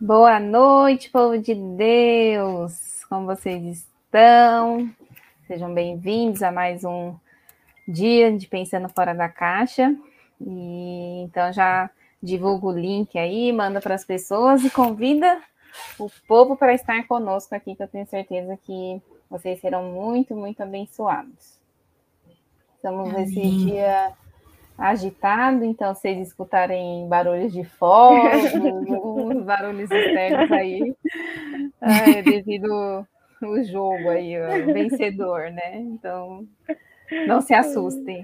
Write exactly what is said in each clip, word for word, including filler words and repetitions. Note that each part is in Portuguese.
Boa noite, povo de Deus! Como vocês estão? Sejam bem-vindos a mais um dia de Pensando Fora da Caixa. E então já divulga o link aí, manda para as pessoas e convida o povo para estar conosco aqui, que eu tenho certeza que vocês serão muito, muito abençoados. Estamos nesse dia agitado, então vocês escutarem barulhos de fogos, barulhos externos aí, é devido ao jogo aí, o vencedor, né? Então, não se assustem.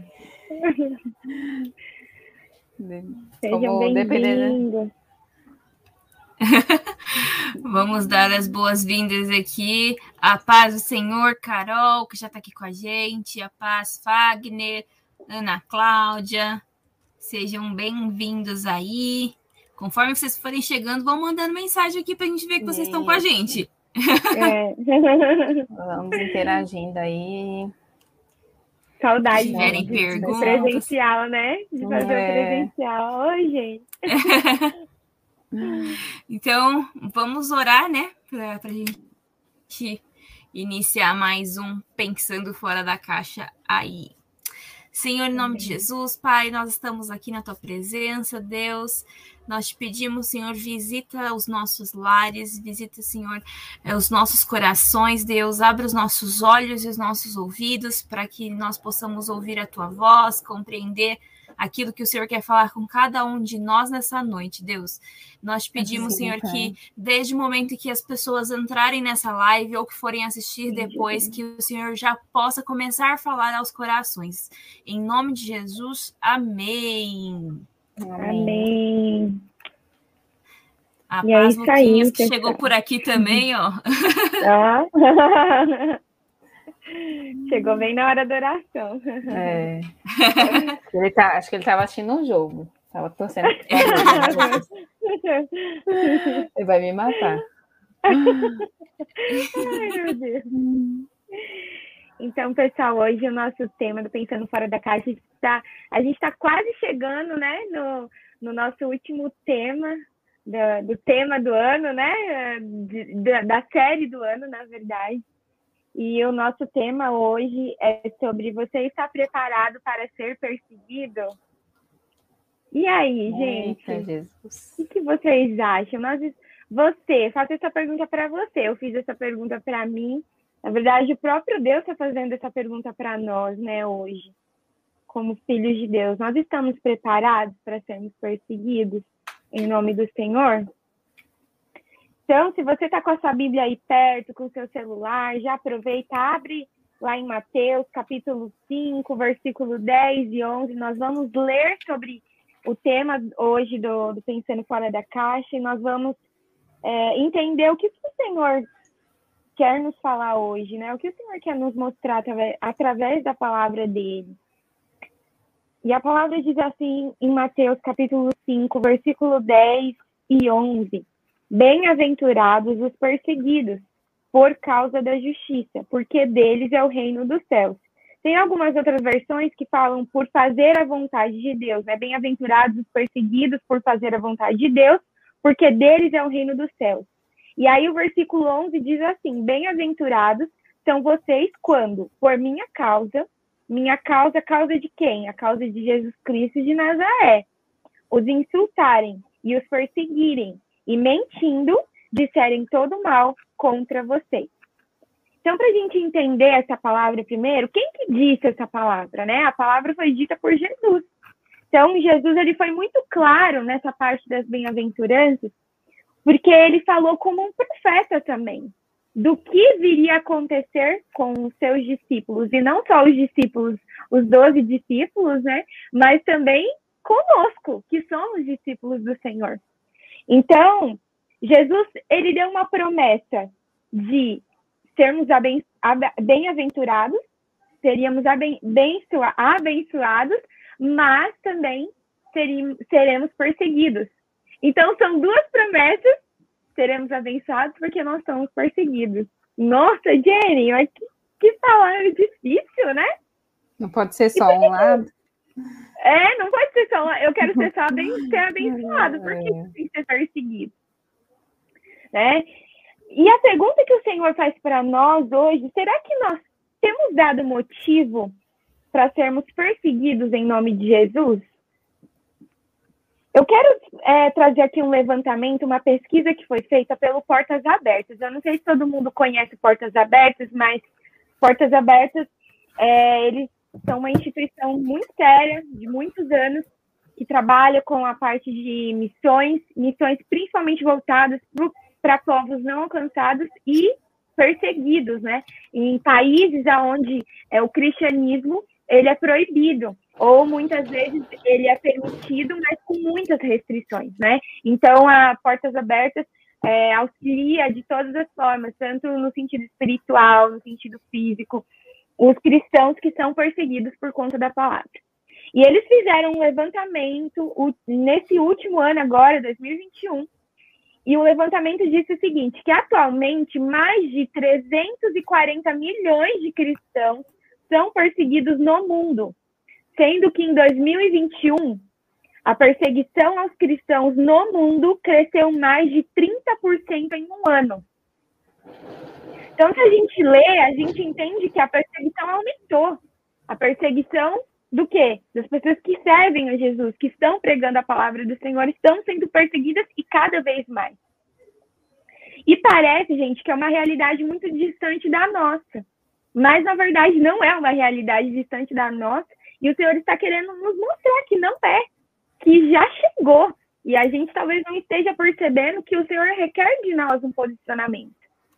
Sejam bem-vindos. Vamos dar as boas-vindas aqui. A paz do Senhor, Carol, que já está aqui com a gente. A paz, Fagner, Ana Cláudia. Sejam bem-vindos aí. Conforme vocês forem chegando, vão mandando mensagem aqui para a gente ver que vocês estão com a gente. É. Vamos interagindo aí. Saudade Se tiverem de, perguntas. de presencial, né? De fazer É. o presencial. Oi, gente. Então, vamos orar, né? Para a gente iniciar mais um Pensando Fora da Caixa aí. Senhor, em nome de Jesus, Pai, nós estamos aqui na Tua presença, Deus. Nós te pedimos, Senhor, visita os nossos lares, visita, Senhor, os nossos corações, Deus. Abre os nossos olhos e os nossos ouvidos para que nós possamos ouvir a Tua voz, compreender aquilo que o Senhor quer falar com cada um de nós nessa noite, Deus. Nós te pedimos, Sim, Senhor, Pai. que desde o momento que as pessoas entrarem nessa live ou que forem assistir depois, que o Senhor já possa começar a falar aos corações. Em nome de Jesus, amém. Amém. A E é paz, isso Luquinhas, aí, que pessoal. chegou por aqui também, ó. Tá? Chegou bem na hora da oração. É. Ele tá, acho que ele estava assistindo um jogo. Estava torcendo para o Flamengo. Ele vai me matar. Ai, meu Deus. Então, pessoal, hoje o nosso tema do Pensando Fora da Caixa está... A gente está quase chegando, né, no, no nosso último tema, do, do tema do ano, né, de, da, da série do ano, na verdade. E o nosso tema hoje é sobre você estar preparado para ser perseguido? E aí, gente? Eita, Jesus. O que vocês acham? Nós, você, faço essa pergunta para você. Eu fiz essa pergunta para mim. Na verdade, o próprio Deus está fazendo essa pergunta para nós, né, hoje, como filhos de Deus. Nós estamos preparados para sermos perseguidos em nome do Senhor? Então, se você está com a sua Bíblia aí perto, com o seu celular, já aproveita, abre lá em Mateus, capítulo cinco, versículo dez e onze. Nós vamos ler sobre o tema hoje do, do Pensando Fora da Caixa e nós vamos é, entender o que, que o Senhor quer nos falar hoje, né? O que o Senhor quer nos mostrar através, através da palavra dele. E a palavra diz assim em Mateus, capítulo cinco, versículo dez e onze. Bem-aventurados os perseguidos por causa da justiça, porque deles é o reino dos céus. Tem algumas outras versões que falam por fazer a vontade de Deus, né? Bem-aventurados os perseguidos por fazer a vontade de Deus, porque deles é o reino dos céus. E aí o versículo onze diz assim: bem-aventurados são vocês quando, por minha causa, minha causa, a causa de quem? A causa de Jesus Cristo de Nazaré, os insultarem e os perseguirem, e mentindo, disserem todo mal contra vocês. Então, para a gente entender essa palavra primeiro, quem que disse essa palavra, né? A palavra foi dita por Jesus. Então, Jesus ele foi muito claro nessa parte das bem-aventuranças, porque ele falou como um profeta também, do que viria a acontecer com os seus discípulos, e não só os discípulos, os doze discípulos, né? Mas também conosco, que somos discípulos do Senhor. Então, Jesus, ele deu uma promessa de sermos bem-aventurados, seríamos abençoados, mas também seremos perseguidos. Então, são duas promessas, seremos abençoados porque nós somos perseguidos. Nossa, Jenny, mas que, que palavra difícil, né? Não pode ser só um lado? É, não pode ser só um lado. Eu quero ser só bem, ser abençoado, por que tem que ser perseguido? né? E a pergunta que o Senhor faz para nós hoje, será que nós temos dado motivo para sermos perseguidos em nome de Jesus? Eu quero é, trazer aqui um levantamento, uma pesquisa que foi feita pelo Portas Abertas. Eu não sei se todo mundo conhece Portas Abertas, mas Portas Abertas, é, eles são uma instituição muito séria, de muitos anos, que trabalha com a parte de missões, missões principalmente voltadas para povos não alcançados e perseguidos, né? Em países onde é, o cristianismo ele é proibido, ou muitas vezes ele é permitido, mas com muitas restrições, né? Então, a Portas Abertas é, auxilia de todas as formas, tanto no sentido espiritual, no sentido físico, os cristãos que são perseguidos por conta da palavra. E eles fizeram um levantamento nesse último ano agora, dois mil e vinte e um, e o levantamento disse o seguinte, que atualmente mais de trezentos e quarenta milhões de cristãos são perseguidos no mundo, sendo que em dois mil e vinte e um, a perseguição aos cristãos no mundo cresceu mais de trinta por cento em um ano. Então, se a gente lê, a gente entende que a perseguição aumentou. A perseguição do quê? Das pessoas que servem a Jesus, que estão pregando a palavra do Senhor, estão sendo perseguidas e cada vez mais. E parece, gente, que é uma realidade muito distante da nossa. Mas, na verdade, não é uma realidade distante da nossa. E o Senhor está querendo nos mostrar que não é, que já chegou. E a gente talvez não esteja percebendo que o Senhor requer de nós um posicionamento.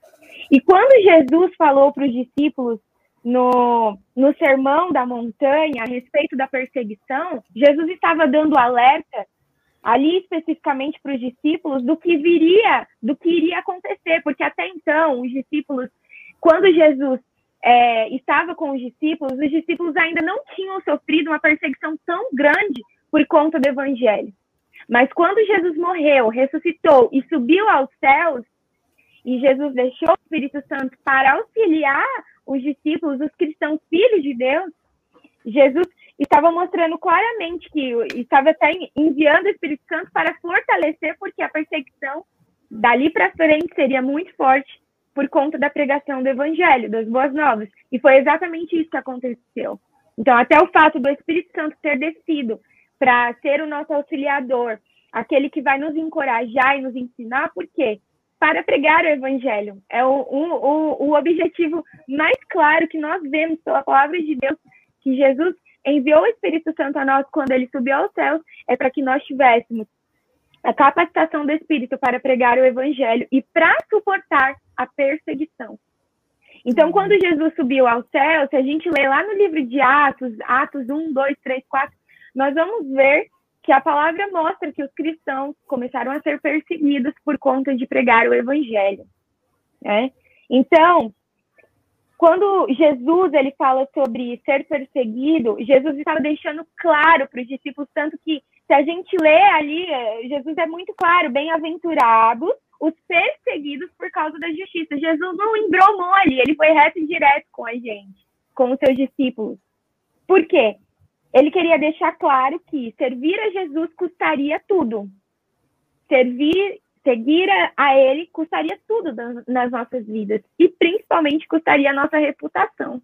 E quando Jesus falou para os discípulos no, no Sermão da Montanha a respeito da perseguição, Jesus estava dando alerta ali especificamente para os discípulos do que viria, do que iria acontecer, porque até então os discípulos, quando Jesus é, estava com os discípulos, os discípulos ainda não tinham sofrido uma perseguição tão grande por conta do Evangelho. Mas quando Jesus morreu, ressuscitou e subiu aos céus, e Jesus deixou o Espírito Santo para auxiliar os discípulos, os cristãos filhos de Deus, Jesus estava mostrando claramente que estava até enviando o Espírito Santo para fortalecer, porque a perseguição dali para frente seria muito forte por conta da pregação do Evangelho, das Boas Novas. E foi exatamente isso que aconteceu. Então, até o fato do Espírito Santo ter descido para ser o nosso auxiliador, aquele que vai nos encorajar e nos ensinar, por quê? Para pregar o Evangelho. É o, o, o objetivo mais claro que nós vemos pela palavra de Deus, que Jesus enviou o Espírito Santo a nós quando ele subiu aos céus, é para que nós tivéssemos a capacitação do Espírito para pregar o Evangelho e para suportar a perseguição. Então, quando Jesus subiu aos céus, se a gente lê lá no livro de Atos, Atos um, dois, três, quatro, nós vamos ver que a palavra mostra que os cristãos começaram a ser perseguidos por conta de pregar o Evangelho, né? Então, quando Jesus ele fala sobre ser perseguido, Jesus estava deixando claro para os discípulos, tanto que se a gente lê ali, Jesus é muito claro, bem-aventurados os perseguidos por causa da justiça. Jesus não embromou ali, ele foi reto e direto com a gente, com os seus discípulos. Por quê? Ele queria deixar claro que servir a Jesus custaria tudo. Servir, seguir a, a ele custaria tudo das, nas nossas vidas. E principalmente custaria a nossa reputação.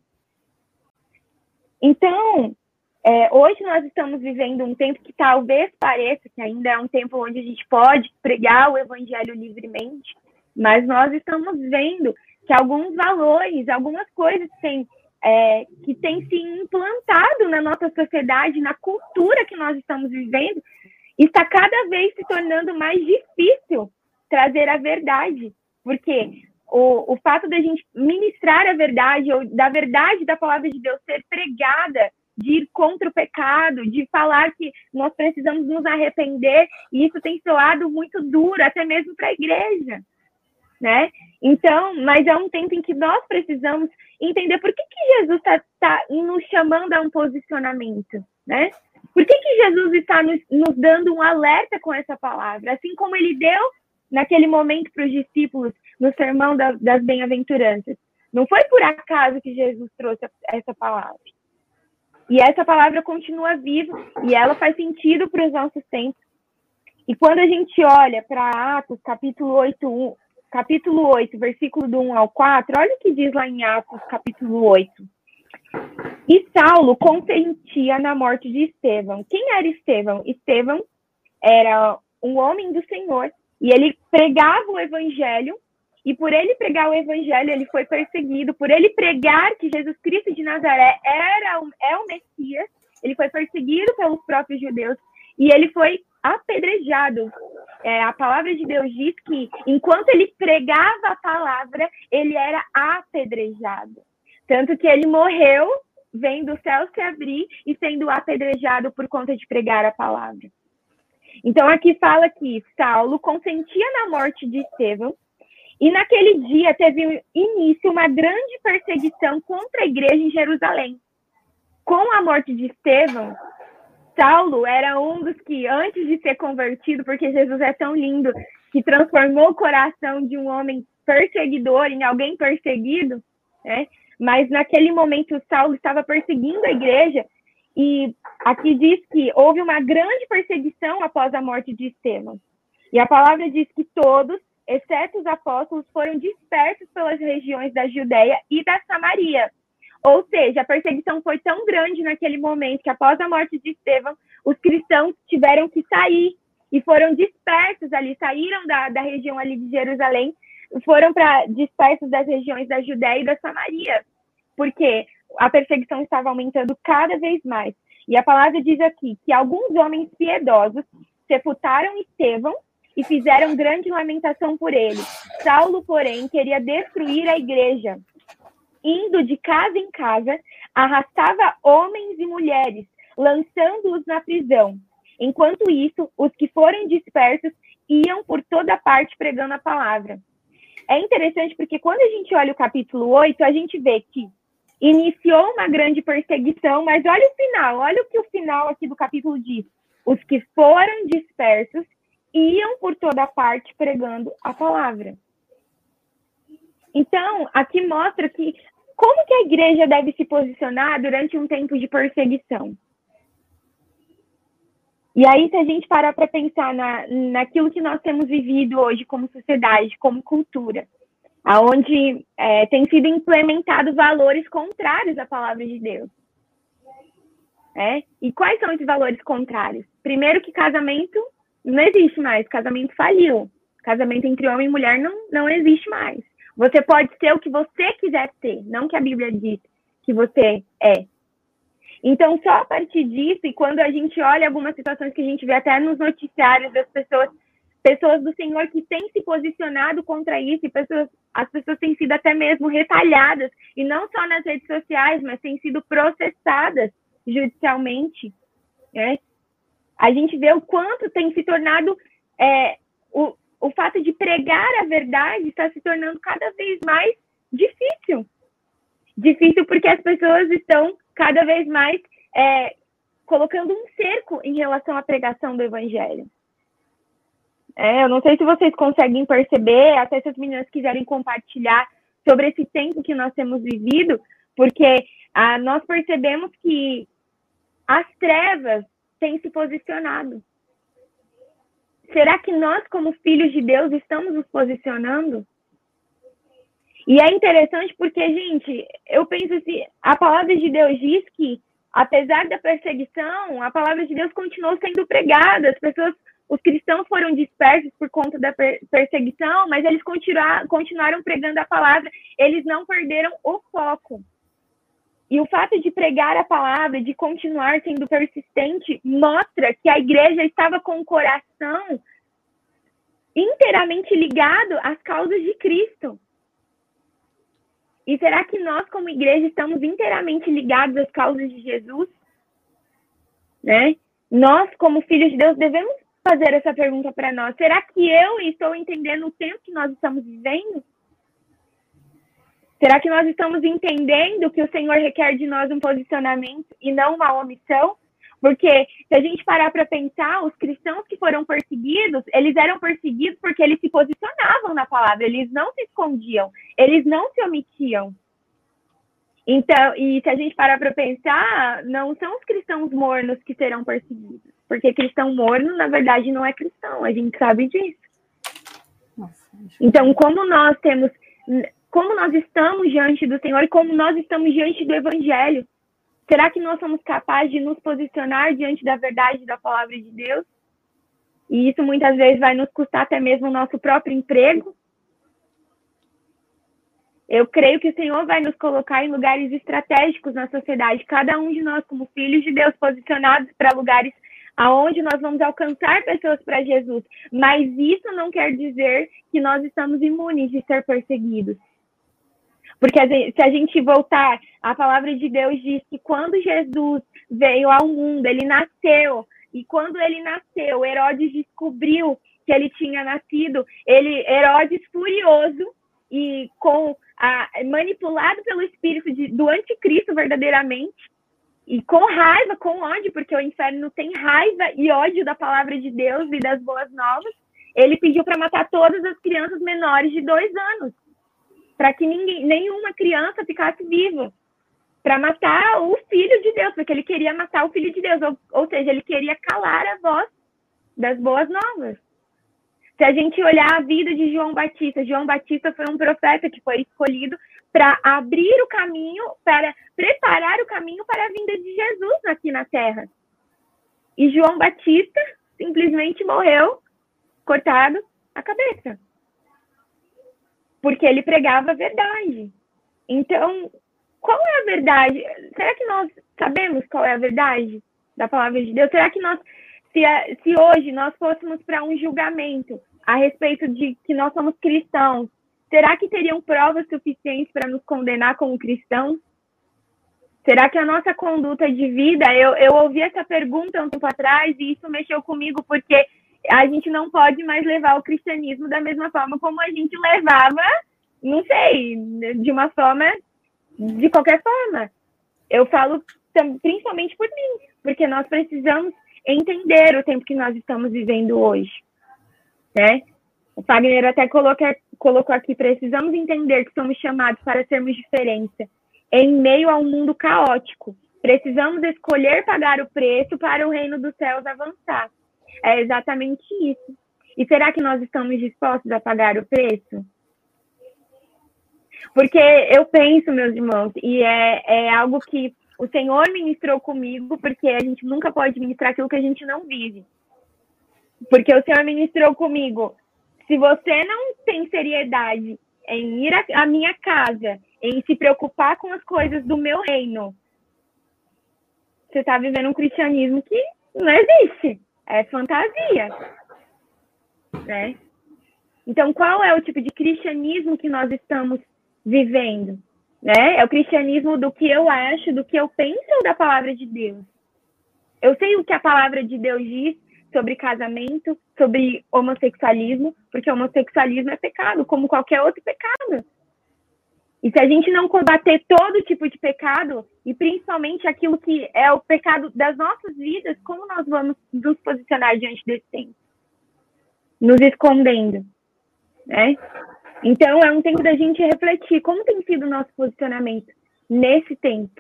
Então, é, hoje nós estamos vivendo um tempo que talvez pareça que ainda é um tempo onde a gente pode pregar o Evangelho livremente, mas nós estamos vendo que alguns valores, algumas coisas têm É, que tem se implantado na nossa sociedade, na cultura que nós estamos vivendo, está cada vez se tornando mais difícil trazer a verdade. Porque o, o fato da gente ministrar a verdade, ou da verdade da palavra de Deus ser pregada, de ir contra o pecado, de falar que nós precisamos nos arrepender, e isso tem soado muito duro, até mesmo para a igreja, né? Então, mas é um tempo em que nós precisamos entender por que, que Jesus está tá nos chamando a um posicionamento, né? Por que, que Jesus está nos, nos dando um alerta com essa palavra? Assim como ele deu naquele momento para os discípulos no sermão da, das bem-aventuranças. Não foi por acaso que Jesus trouxe essa palavra. E essa palavra continua viva e ela faz sentido para os nossos tempos. E quando a gente olha para Atos, capítulo oito, capítulo oito, versículo do um ao quatro, olha o que diz lá em Atos, capítulo oito. E Saulo consentia na morte de Estevão. Quem era Estevão? Estevão era um homem do Senhor, e ele pregava o evangelho, e por ele pregar o evangelho, ele foi perseguido. Por ele pregar que Jesus Cristo de Nazaré era o, é o Messias, ele foi perseguido pelos próprios judeus, e ele foi apedrejado. É, a palavra de Deus diz que, enquanto ele pregava a palavra, ele era apedrejado. Tanto que ele morreu, vendo o céu se abrir e sendo apedrejado por conta de pregar a palavra. Então, aqui fala que Saulo consentia na morte de Estevão, e naquele dia teve início uma grande perseguição contra a igreja em Jerusalém. Com a morte de Estevão, Saulo era um dos que, antes de ser convertido, porque Jesus é tão lindo, que transformou o coração de um homem perseguidor em alguém perseguido, né? Mas naquele momento Saulo estava perseguindo a igreja, e aqui diz que houve uma grande perseguição após a morte de Estevão. E a palavra diz que todos, exceto os apóstolos, foram dispersos pelas regiões da Judéia e da Samaria. Ou seja, a perseguição foi tão grande naquele momento que, após a morte de Estevão, os cristãos tiveram que sair e foram dispersos ali, saíram da, da região ali de Jerusalém, foram para dispersos das regiões da Judéia e da Samaria, porque a perseguição estava aumentando cada vez mais. E a palavra diz aqui que alguns homens piedosos sepultaram Estevão e fizeram grande lamentação por ele. Saulo, porém, queria destruir a igreja. Indo de casa em casa, arrastava homens e mulheres, lançando-os na prisão. Enquanto isso, os que foram dispersos iam por toda parte pregando a palavra. É interessante porque quando a gente olha o capítulo oito, a gente vê que iniciou uma grande perseguição, mas olha o final, olha o que o final aqui do capítulo diz. Os que foram dispersos iam por toda parte pregando a palavra. Então, aqui mostra que como que a igreja deve se posicionar durante um tempo de perseguição. E aí, se a gente parar para pensar na, naquilo que nós temos vivido hoje como sociedade, como cultura, onde é, tem sido implementados valores contrários à palavra de Deus. É? E quais são esses valores contrários? Primeiro que casamento não existe mais, casamento faliu. Casamento entre homem e mulher não, não existe mais. Você pode ser o que você quiser ser, não que a Bíblia diz que você é. Então, só a partir disso, e quando a gente olha algumas situações que a gente vê até nos noticiários das pessoas, pessoas do Senhor que têm se posicionado contra isso, e pessoas, as pessoas têm sido até mesmo retalhadas, e não só nas redes sociais, mas têm sido processadas judicialmente, né? A gente vê o quanto tem se tornado, é, o, o fato de pregar a verdade está se tornando cada vez mais difícil. Difícil porque as pessoas estão cada vez mais é, colocando um cerco em relação à pregação do evangelho. É, eu não sei se vocês conseguem perceber, até se as meninas quiserem compartilhar sobre esse tempo que nós temos vivido, porque ah, nós percebemos que as trevas têm se posicionado. Será que nós, como filhos de Deus, estamos nos posicionando? E é interessante porque, gente, eu penso assim, a palavra de Deus diz que, apesar da perseguição, a palavra de Deus continuou sendo pregada. As pessoas, os cristãos foram dispersos por conta da per perseguição, mas eles continuaram, continuaram pregando a palavra. Eles não perderam o foco. E o fato de pregar a palavra, de continuar sendo persistente, mostra que a igreja estava com o coração inteiramente ligado às causas de Cristo. E será que nós, como igreja, estamos inteiramente ligados às causas de Jesus? Né? Nós, como filhos de Deus, devemos fazer essa pergunta para nós. Será que eu estou entendendo o tempo que nós estamos vivendo? Será que nós estamos entendendo que o Senhor requer de nós um posicionamento e não uma omissão? Porque se a gente parar para pensar, os cristãos que foram perseguidos, eles eram perseguidos porque eles se posicionavam na palavra, eles não se escondiam, eles não se omitiam. Então, e se a gente parar para pensar, não são os cristãos mornos que serão perseguidos, porque cristão morno, na verdade, não é cristão, a gente sabe disso. Nossa, então, como nós temos, como nós estamos diante do Senhor e como nós estamos diante do Evangelho, será que nós somos capazes de nos posicionar diante da verdade da palavra de Deus? E isso muitas vezes vai nos custar até mesmo o nosso próprio emprego. Eu creio que o Senhor vai nos colocar em lugares estratégicos na sociedade, cada um de nós como filhos de Deus, posicionados para lugares aonde nós vamos alcançar pessoas para Jesus. Mas isso não quer dizer que nós estamos imunes de ser perseguidos. Porque se a gente voltar, a palavra de Deus diz que quando Jesus veio ao mundo, ele nasceu. E quando ele nasceu, Herodes descobriu que ele tinha nascido. Ele, Herodes, furioso e com a, manipulado pelo espírito de, do anticristo verdadeiramente, e com raiva, com ódio, porque o inferno tem raiva e ódio da palavra de Deus e das boas novas, ele pediu para matar todas as crianças menores de dois anos, para que ninguém, nenhuma criança ficasse viva, para matar o Filho de Deus, porque ele queria matar o Filho de Deus, ou, ou seja, ele queria calar a voz das boas novas. Se a gente olhar a vida de João Batista, João Batista foi um profeta que foi escolhido para abrir o caminho, para preparar o caminho para a vinda de Jesus aqui na Terra. E João Batista simplesmente morreu, cortado a cabeça. Porque ele pregava a verdade. Então, qual é a verdade? Será que nós sabemos qual é a verdade da palavra de Deus? Será que nós, se, se hoje nós fôssemos para um julgamento a respeito de que nós somos cristãos, será que teriam provas suficientes para nos condenar como cristãos? Será que a nossa conduta de vida... Eu, eu ouvi essa pergunta um tempo atrás e isso mexeu comigo, porque a gente não pode mais levar o cristianismo da mesma forma como a gente levava, não sei, de uma forma, de qualquer forma. Eu falo principalmente por mim, porque nós precisamos entender o tempo que nós estamos vivendo hoje, né? O Fagner até coloca, colocou aqui, precisamos entender que somos chamados para sermos diferença em meio a um mundo caótico. Precisamos escolher pagar o preço para o reino dos céus avançar. É exatamente isso. E será que nós estamos dispostos a pagar o preço? Porque eu penso, meus irmãos, e é, é algo que o Senhor ministrou comigo, porque a gente nunca pode ministrar aquilo que a gente não vive. Porque o Senhor ministrou comigo, se você não tem seriedade em ir à minha casa, em se preocupar com as coisas do meu reino, você está vivendo um cristianismo que não existe. É fantasia, né? Então, qual é o tipo de cristianismo que nós estamos vivendo? Né? É o cristianismo do que eu acho, do que eu penso ou da palavra de Deus? Eu sei o que a palavra de Deus diz sobre casamento, sobre homossexualismo, porque homossexualismo é pecado, como qualquer outro pecado. E se a gente não combater todo tipo de pecado, e principalmente aquilo que é o pecado das nossas vidas, como nós vamos nos posicionar diante desse tempo? Nos escondendo, né? Então, é um tempo da gente refletir como tem sido o nosso posicionamento nesse tempo.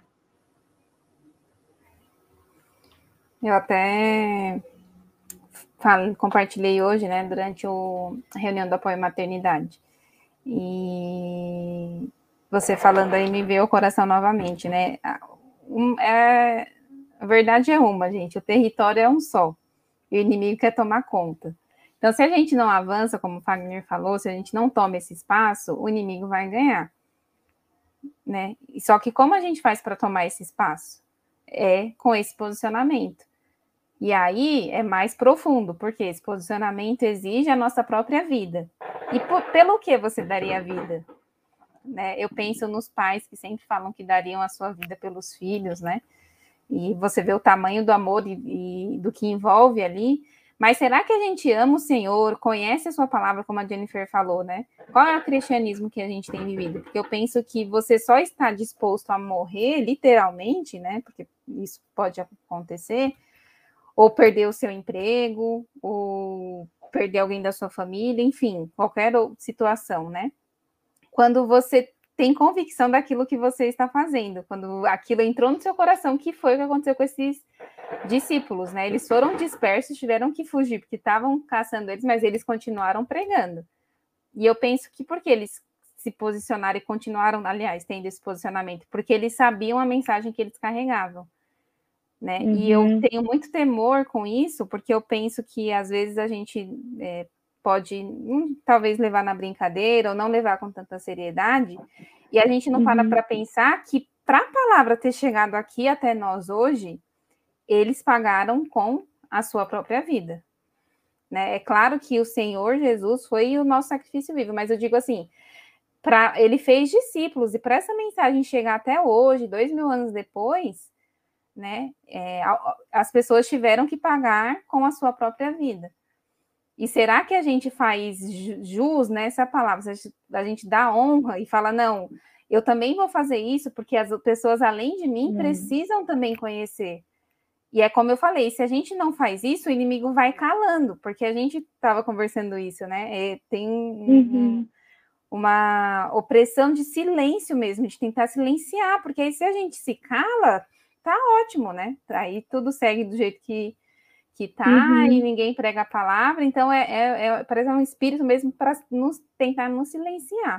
Eu até falei, compartilhei hoje, né, durante o, a reunião do apoio à maternidade. E você falando aí me veio o coração novamente, né? Um, é, a verdade é uma, gente. O território é um só. E o inimigo quer tomar conta. Então, se a gente não avança, como o Fagner falou, se a gente não toma esse espaço, o inimigo vai ganhar, né? Só que como a gente faz para tomar esse espaço? É com esse posicionamento. E aí é mais profundo, porque esse posicionamento exige a nossa própria vida. E por, pelo que você daria a vida? Né? Eu penso nos pais que sempre falam que dariam a sua vida pelos filhos, né? E você vê o tamanho do amor e, e do que envolve ali. Mas será que a gente ama o Senhor, conhece a sua palavra, como a Jennifer falou, né? Qual é o cristianismo que a gente tem vivido? Porque eu penso que você só está disposto a morrer, literalmente, né? Porque isso pode acontecer, ou perder o seu emprego, ou perder alguém da sua família, enfim, qualquer situação, né? Quando você tem convicção daquilo que você está fazendo, quando aquilo entrou no seu coração, que foi o que aconteceu com esses discípulos, né? Eles foram dispersos, tiveram que fugir, porque estavam caçando eles, mas eles continuaram pregando, E eu penso que por que eles se posicionaram e continuaram, aliás, tendo esse posicionamento? Porque eles sabiam a mensagem que eles carregavam, né? Uhum. E eu tenho muito temor com isso, porque eu penso que às vezes a gente é, pode hum, talvez levar na brincadeira ou não levar com tanta seriedade, e a gente não uhum. para para pensar que para a palavra ter chegado aqui até nós hoje, eles pagaram com a sua própria vida, né? É claro que o Senhor Jesus foi o nosso sacrifício vivo, mas eu digo assim, pra, ele fez discípulos, e para essa mensagem chegar até hoje, dois mil anos depois, né, é, as pessoas tiveram que pagar com a sua própria vida. E será que a gente faz jus nessa palavra? A gente dá honra e fala, não, eu também vou fazer isso, porque as pessoas, além de mim, precisam também conhecer. E é como eu falei, se a gente não faz isso, o inimigo vai calando, porque a gente estava conversando isso, né? É, tem um, uhum. uma opressão de silêncio mesmo, de tentar silenciar, porque aí se a gente se cala, tá ótimo, né? Aí tudo segue do jeito que, que tá, uhum. e ninguém prega a palavra, então é, é, é parece um espírito mesmo para nos tentar nos silenciar.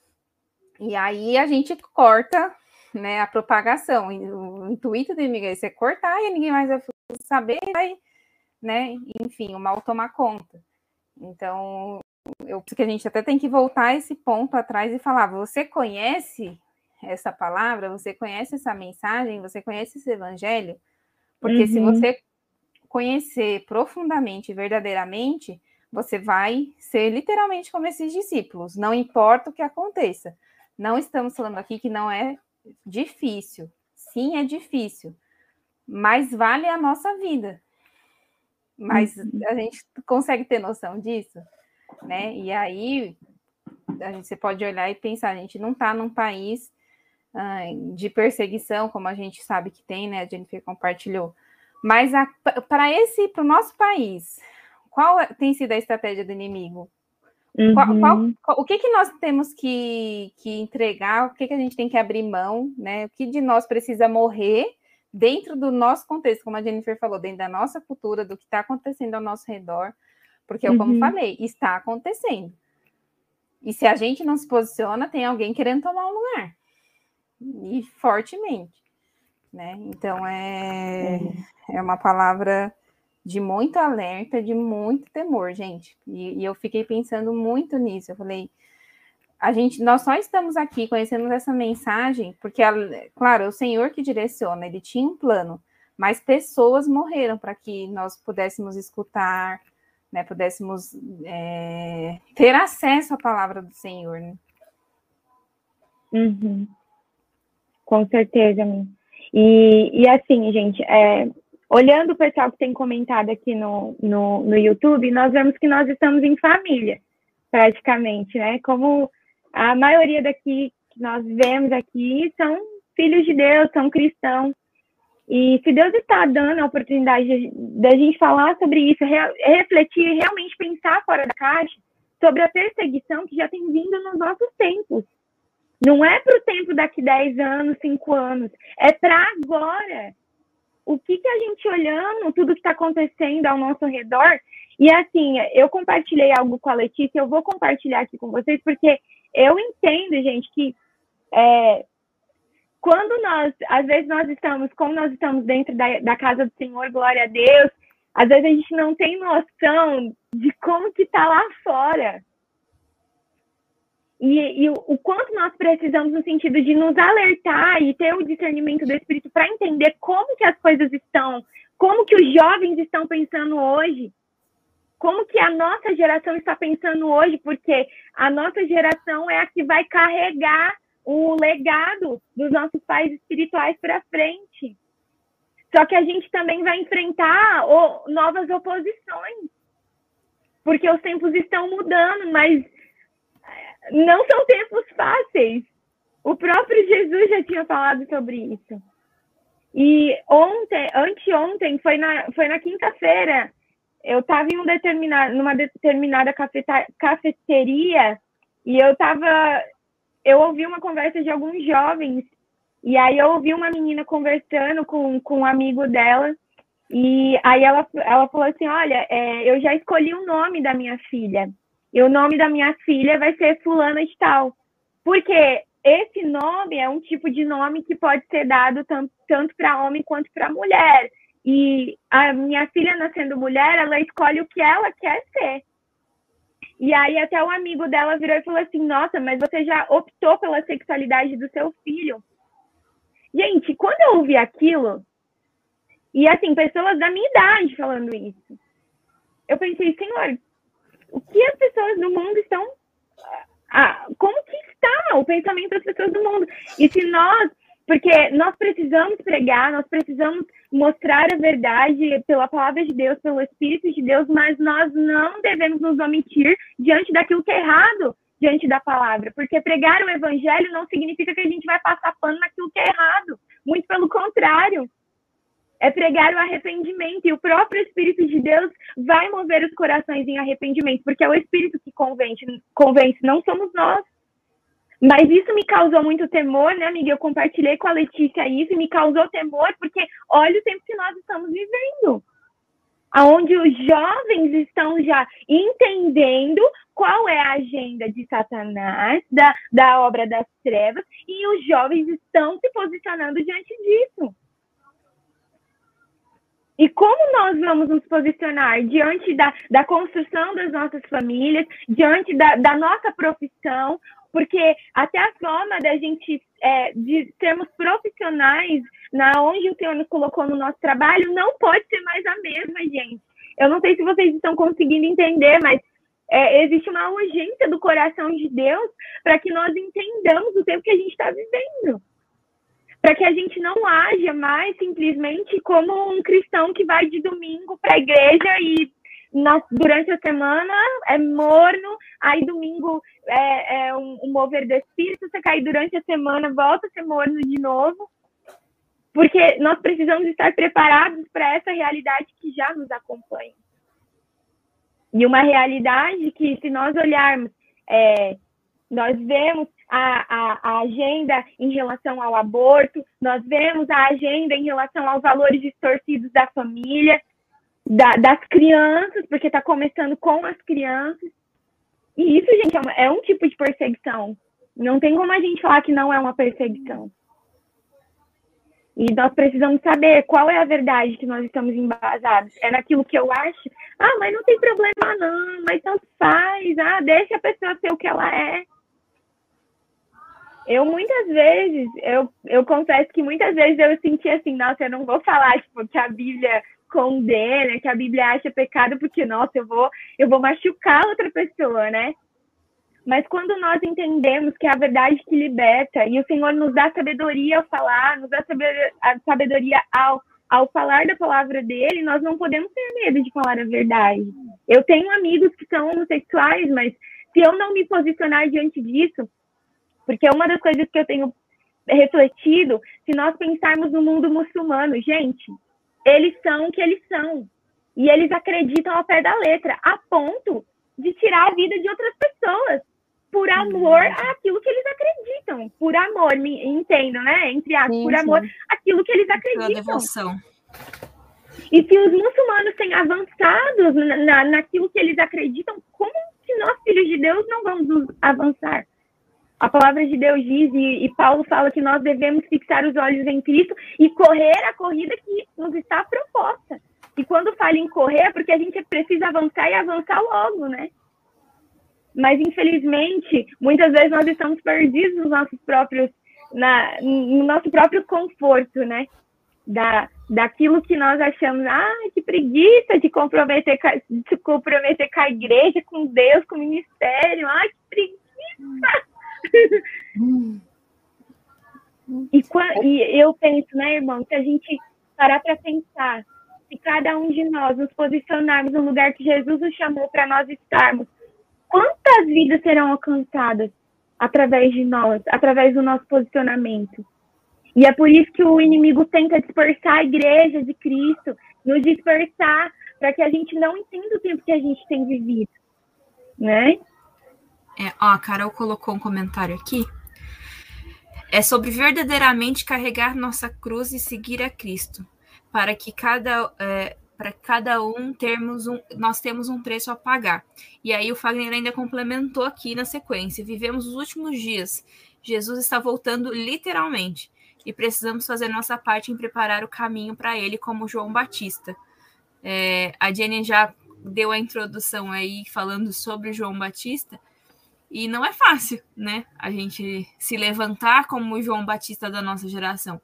E aí a gente corta, né, a propagação. O intuito do inimigo é você cortar e ninguém mais vai saber, vai, né, enfim, o mal tomar conta. Então, eu penso que a gente até tem que voltar esse ponto atrás e falar, você conhece essa palavra, você conhece essa mensagem, você conhece esse evangelho? Porque uhum. se você conhecer profundamente, verdadeiramente, você vai ser literalmente como esses discípulos, não importa o que aconteça. Não estamos falando aqui que não é difícil. Sim, é difícil. Mas vale a nossa vida. Mas uhum. a gente consegue ter noção disso, né? E aí, a gente, você pode olhar e pensar, a gente não está num país ah, de perseguição, como a gente sabe que tem, né? A Jennifer compartilhou. Mas para esse, para o nosso país, qual tem sido a estratégia do inimigo? Uhum. Qual, qual, qual, o que, que nós temos que, que entregar, o que, que a gente tem que abrir mão, né? O que de nós precisa morrer dentro do nosso contexto, como a Jennifer falou, dentro da nossa cultura, do que está acontecendo ao nosso redor, porque eu, como uhum. falei, está acontecendo. E se a gente não se posiciona, tem alguém querendo tomar um lugar. E fortemente, né? Então, é, uhum. é uma palavra de muito alerta, de muito temor, gente. E, e eu fiquei pensando muito nisso. Eu falei, a gente, nós só estamos aqui conhecendo essa mensagem, porque, claro, é o Senhor que direciona, ele tinha um plano, mas pessoas morreram para que nós pudéssemos escutar, né, pudéssemos é, ter acesso à palavra do Senhor, né? Uhum. Com certeza, mãe. E, e assim, gente, é, olhando o pessoal que tem comentado aqui no, no, no YouTube, nós vemos que nós estamos em família, praticamente, né? Como a maioria daqui que nós vemos aqui são filhos de Deus, são cristãos. E se Deus está dando a oportunidade da gente falar sobre isso, re, refletir, realmente pensar fora da caixa sobre a perseguição que já tem vindo nos nossos tempos. Não é para o tempo daqui dez anos, cinco anos, é para agora. O que, que a gente olhando, tudo que está acontecendo ao nosso redor, e assim, eu compartilhei algo com a Letícia, eu vou compartilhar aqui com vocês, porque eu entendo, gente, que é, quando nós, às vezes nós estamos, como nós estamos dentro da, da casa do Senhor, glória a Deus, às vezes a gente não tem noção de como que está lá fora. E, e o, o quanto nós precisamos no sentido de nos alertar e ter o discernimento do Espírito para entender como que as coisas estão, como que os jovens estão pensando hoje, como que a nossa geração está pensando hoje, porque a nossa geração é a que vai carregar o legado dos nossos pais espirituais para frente. Só que a gente também vai enfrentar o, novas oposições, porque os tempos estão mudando, mas não são tempos fáceis. O próprio Jesus já tinha falado sobre isso. E ontem, anteontem, foi na, foi na quinta-feira, eu estava em um determinado, numa determinada cafeta, cafeteria e eu estava, eu ouvi uma conversa de alguns jovens e aí eu ouvi uma menina conversando com, com um amigo dela e aí ela, ela falou assim, olha, é, eu já escolhi o nome da minha filha. E o nome da minha filha vai ser fulana de tal. Porque esse nome é um tipo de nome que pode ser dado tanto, tanto para homem quanto para mulher. E a minha filha, nascendo mulher, ela escolhe o que ela quer ser. E aí até o amigo dela virou e falou assim, nossa, mas você já optou pela sexualidade do seu filho? Gente, quando eu ouvi aquilo, e assim, pessoas da minha idade falando isso, eu pensei, Senhor, o que as pessoas no mundo estão... Ah, como que está o pensamento das pessoas do mundo? E se nós... Porque nós precisamos pregar, nós precisamos mostrar a verdade pela palavra de Deus, pelo Espírito de Deus, mas nós não devemos nos omitir diante daquilo que é errado, diante da palavra. Porque pregar o evangelho não significa que a gente vai passar pano naquilo que é errado. Muito pelo contrário. É pregar o arrependimento. E o próprio Espírito de Deus vai mover os corações em arrependimento. Porque é o Espírito que convence, convence, não somos nós. Mas isso me causou muito temor, né, amiga? Eu compartilhei com a Letícia isso e me causou temor, porque olha o tempo que nós estamos vivendo. Onde os jovens estão já entendendo qual é a agenda de Satanás, da, da obra das trevas, e os jovens estão se posicionando diante disso. E como nós vamos nos posicionar diante da, da construção das nossas famílias, diante da, da nossa profissão? Porque até a forma da gente, é, de sermos profissionais, na onde o Senhor nos colocou no nosso trabalho, não pode ser mais a mesma, gente. Eu não sei se vocês estão conseguindo entender, mas é, existe uma urgência do coração de Deus para que nós entendamos o tempo que a gente está vivendo. Para que a gente não haja mais simplesmente como um cristão que vai de domingo para a igreja e na, durante a semana é morno, aí domingo é, é um, um mover do espírito, você cai durante a semana, volta a ser morno de novo, porque nós precisamos estar preparados para essa realidade que já nos acompanha. E uma realidade que, se nós olharmos, é, nós vemos a, a, a agenda em relação ao aborto, nós vemos a agenda em relação aos valores distorcidos da família, Da, das crianças, porque está começando com as crianças. E isso, gente, é, uma, é um tipo de perseguição. Não tem como a gente falar que não é uma perseguição. E nós precisamos saber qual é a verdade que nós estamos embasados. É naquilo que eu acho? Ah, mas não tem problema não, mas tanto faz. Ah, deixa a pessoa ser o que ela é. Eu, muitas vezes, eu, eu confesso que muitas vezes eu senti assim, nossa, eu não vou falar, tipo, que a Bíblia condena, que a Bíblia acha pecado, porque, nossa, eu vou, eu vou machucar outra pessoa, né? Mas quando nós entendemos que é a verdade que liberta, e o Senhor nos dá sabedoria ao falar, nos dá sabedoria ao, ao falar da palavra dele, nós não podemos ter medo de falar a verdade. Eu tenho amigos que são homossexuais, mas se eu não me posicionar diante disso, porque é uma das coisas que eu tenho refletido, se nós pensarmos no mundo muçulmano, gente, eles são o que eles são. E eles acreditam ao pé da letra, a ponto de tirar a vida de outras pessoas, por amor àquilo que eles acreditam. Por amor, me entendam, né? Entre aspas, sim, por amor sim. àquilo que eles acreditam. Pela devoção. E se os muçulmanos têm avançado na, naquilo que eles acreditam, como que nós, filhos de Deus, não vamos avançar? A palavra de Deus diz, e, e Paulo fala que nós devemos fixar os olhos em Cristo e correr a corrida que nos está proposta. E quando fala em correr, é porque a gente precisa avançar e avançar logo, né? Mas, infelizmente, muitas vezes nós estamos perdidos nos nossos próprios, na, no nosso próprio conforto, né? Da, daquilo que nós achamos, ah, que preguiça de comprometer, de comprometer com a igreja, com Deus, com o ministério, ah, que preguiça! e, e eu penso, né, irmão, se a gente parar para pensar, se cada um de nós nos posicionarmos no lugar que Jesus nos chamou para nós estarmos, quantas vidas serão alcançadas através de nós, através do nosso posicionamento? E é por isso que o inimigo tenta dispersar a igreja de Cristo, nos dispersar, para que a gente não entenda o tempo que a gente tem vivido, né? É, ó, a Carol colocou um comentário aqui. É sobre verdadeiramente carregar nossa cruz e seguir a Cristo, para que cada, é, para cada um termos um, nós temos um preço a pagar. E aí o Fagner ainda complementou aqui na sequência: vivemos os últimos dias. Jesus está voltando literalmente e precisamos fazer nossa parte em preparar o caminho para ele, como João Batista. É, a Jenny já deu a introdução aí falando sobre João Batista, e não é fácil, né, a gente se levantar como o João Batista da nossa geração,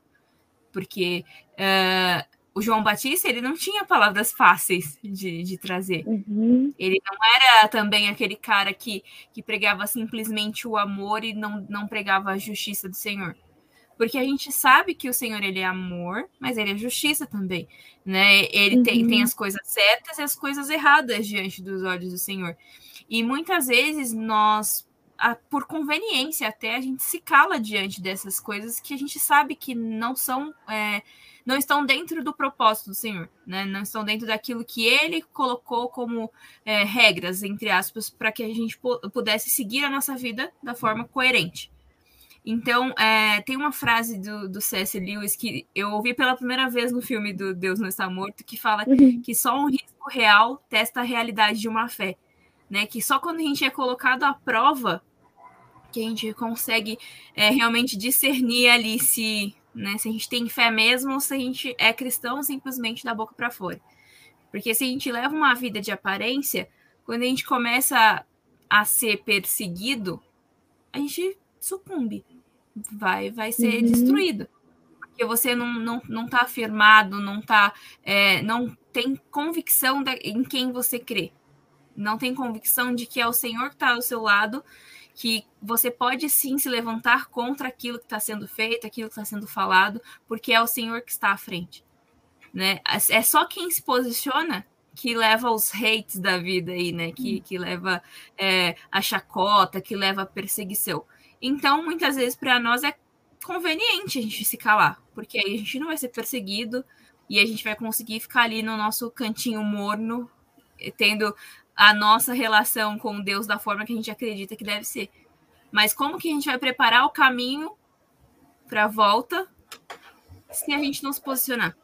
porque uh, o João Batista, ele não tinha palavras fáceis de, de trazer. Uhum. Ele não era também aquele cara que, que pregava simplesmente o amor e não, não pregava a justiça do Senhor. Porque a gente sabe que o Senhor, ele é amor, mas ele é justiça também, né? Ele uhum. tem, tem as coisas certas e as coisas erradas diante dos olhos do Senhor. E muitas vezes nós, por conveniência até, a gente se cala diante dessas coisas que a gente sabe que não são, é, não estão dentro do propósito do Senhor, né? Não estão dentro daquilo que ele colocou como é, regras, entre aspas, para que a gente pudesse seguir a nossa vida da forma coerente. Então, é, tem uma frase do, do C S Lewis que eu ouvi pela primeira vez no filme do Deus Não Está Morto, que fala uhum. que só um risco real testa a realidade de uma fé, né? Que só quando a gente é colocado à prova que a gente consegue é, realmente discernir ali se, né, se a gente tem fé mesmo ou se a gente é cristão simplesmente da boca para fora. Porque se a gente leva uma vida de aparência, quando a gente começa a ser perseguido, a gente sucumbe. Vai, vai ser uhum. destruído. Porque você não, não, não tá afirmado, não, tá, é, não tem convicção da, em quem você crê. Não tem convicção de que é o Senhor que está ao seu lado, que você pode sim se levantar contra aquilo que está sendo feito, aquilo que está sendo falado, porque é o Senhor que está à frente. Né? É só quem se posiciona que leva os hates da vida aí, né? Que, que leva é, a chacota, que leva a perseguição. Então, muitas vezes, para nós é conveniente a gente se calar, porque aí a gente não vai ser perseguido e a gente vai conseguir ficar ali no nosso cantinho morno, tendo a nossa relação com Deus da forma que a gente acredita que deve ser. Mas como que a gente vai preparar o caminho para a volta se a gente não se posicionar?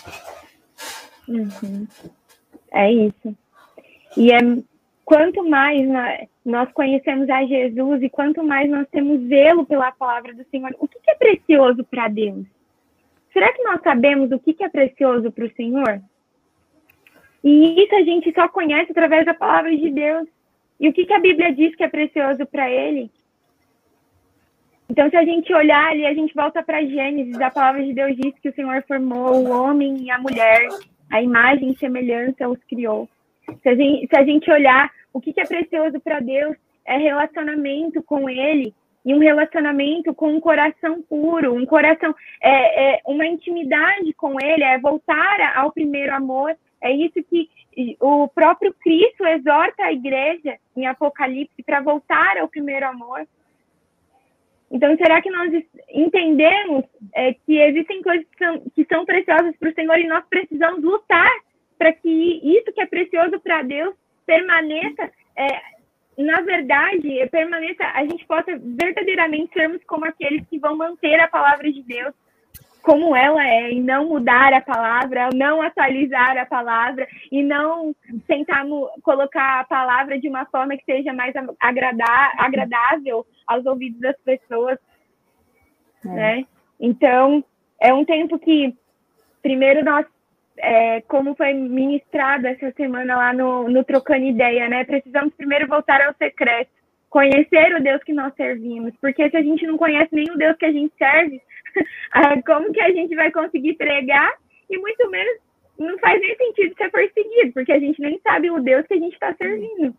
Uhum. É isso. E é, quanto mais nós, nós conhecemos a Jesus e quanto mais nós temos zelo pela palavra do Senhor, o que, que é precioso para Deus? Será que nós sabemos o que, que é precioso para o Senhor? E isso a gente só conhece através da palavra de Deus. E o que, que a Bíblia diz que é precioso para Ele? Então, se a gente olhar ali, a gente volta para Gênesis, a palavra de Deus diz que o Senhor formou o homem e a mulher, a imagem e semelhança os criou. Se a gente, se a gente olhar, o que, que é precioso para Deus é relacionamento com Ele, e um relacionamento com um coração puro, um coração, é, é uma intimidade com Ele, é voltar ao primeiro amor. É isso que o próprio Cristo exorta a igreja em Apocalipse para voltar ao primeiro amor. Então, será que nós entendemos é, que existem coisas que são, que são preciosas para o Senhor e nós precisamos lutar para que isso que é precioso para Deus permaneça, é, na verdade, permaneça, a gente possa verdadeiramente sermos como aqueles que vão manter a palavra de Deus como ela é, e não mudar a palavra, não atualizar a palavra, e não tentar colocar a palavra de uma forma que seja mais agradar, agradável aos ouvidos das pessoas, é. né? Então, é um tempo que, primeiro, nós, é, como foi ministrado essa semana lá no, no Trocando Ideia, né? Precisamos primeiro voltar ao secreto, conhecer o Deus que nós servimos, porque se a gente não conhece nem o Deus que a gente serve, como que a gente vai conseguir pregar? E muito menos, não faz nem sentido ser perseguido, porque a gente nem sabe o Deus que a gente está servindo.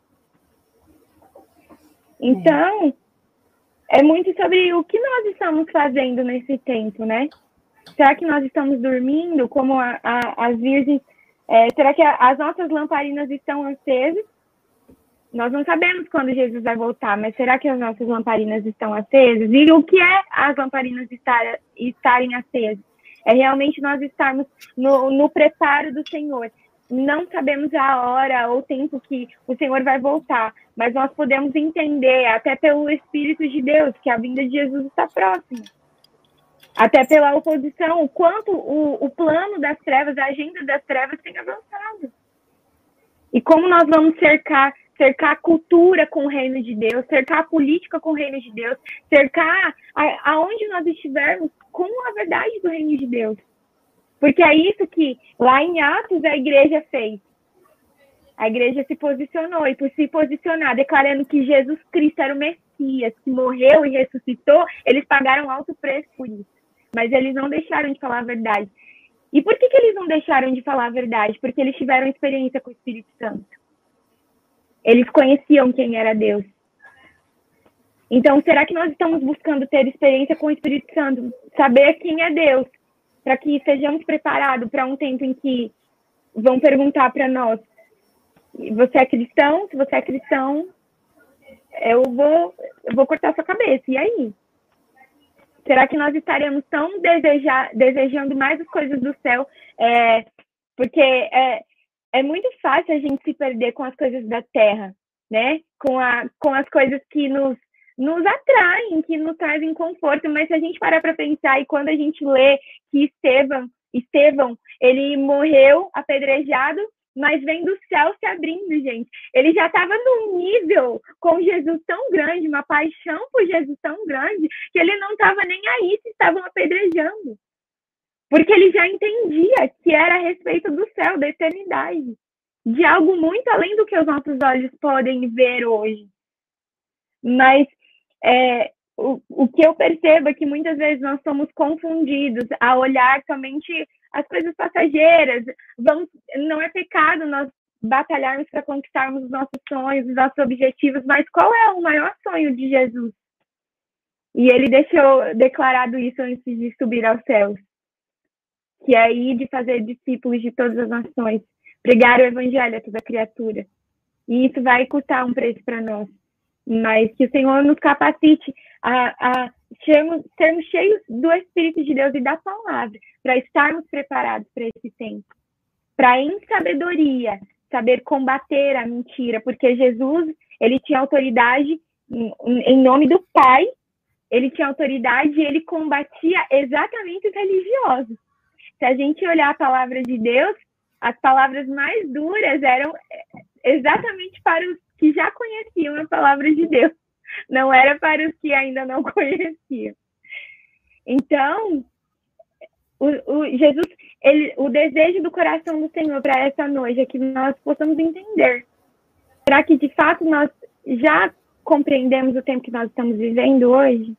Então, é muito sobre o que nós estamos fazendo nesse tempo, né? Será que nós estamos dormindo como a, a, as virgens? É, será que a, as nossas lamparinas estão acesas? Nós não sabemos quando Jesus vai voltar, mas será que as nossas lamparinas estão acesas? E o que é as lamparinas estar, estarem acesas? É realmente nós estarmos no, no preparo do Senhor. Não sabemos a hora ou o tempo que o Senhor vai voltar, mas nós podemos entender, até pelo Espírito de Deus, que a vinda de Jesus está próxima. Até pela oposição, o quanto o, o plano das trevas, a agenda das trevas tem avançado. E como nós vamos cercar, cercar a cultura com o reino de Deus, cercar a política com o reino de Deus, cercar a, aonde nós estivermos com a verdade do reino de Deus. Porque é isso que lá em Atos a igreja fez. A igreja se posicionou, e por se posicionar, declarando que Jesus Cristo era o Messias, que morreu e ressuscitou, eles pagaram alto preço por isso. Mas eles não deixaram de falar a verdade. E por que, que eles não deixaram de falar a verdade? Porque eles tiveram experiência com o Espírito Santo. Eles conheciam quem era Deus. Então, será que nós estamos buscando ter experiência com o Espírito Santo? Saber quem é Deus, para que sejamos preparados para um tempo em que vão perguntar para nós: você é cristão? Se você é cristão, eu vou, eu vou cortar sua cabeça. E aí? Será que nós estaremos tão desejar, desejando mais as coisas do céu? É, porque é, é muito fácil a gente se perder com as coisas da terra, né? Com, a, com as coisas que nos, nos atraem, que nos trazem conforto. Mas se a gente parar para pensar, e quando a gente lê que Estevão, Estevão, ele morreu apedrejado, mas vem do céu se abrindo, gente. Ele já estava num nível com Jesus tão grande, uma paixão por Jesus tão grande, que ele não estava nem aí se estavam apedrejando. Porque ele já entendia que era a respeito do céu, da eternidade. De algo muito além do que os nossos olhos podem ver hoje. Mas é, o, o que eu percebo é que muitas vezes nós somos confundidos a olhar somente as coisas passageiras. Vamos, não é pecado nós batalharmos para conquistarmos os nossos sonhos, os nossos objetivos, mas qual é o maior sonho de Jesus? E ele deixou declarado isso antes de subir aos céus, que é ir de fazer discípulos de todas as nações, pregar o evangelho a toda criatura. E isso vai custar um preço para nós, mas que o Senhor nos capacite a, a sermos, sermos cheios do Espírito de Deus e da palavra, para estarmos preparados para esse tempo, para em sabedoria saber combater a mentira, porque Jesus, ele tinha autoridade em, em nome do Pai, ele tinha autoridade e ele combatia exatamente os religiosos. Se a gente olhar a palavra de Deus, as palavras mais duras eram exatamente para os que já conheciam a palavra de Deus, não era para os que ainda não conheciam. Então, o, o Jesus, ele, o desejo do coração do Senhor para essa noite é que nós possamos entender. Será que de fato nós já compreendemos o tempo que nós estamos vivendo hoje?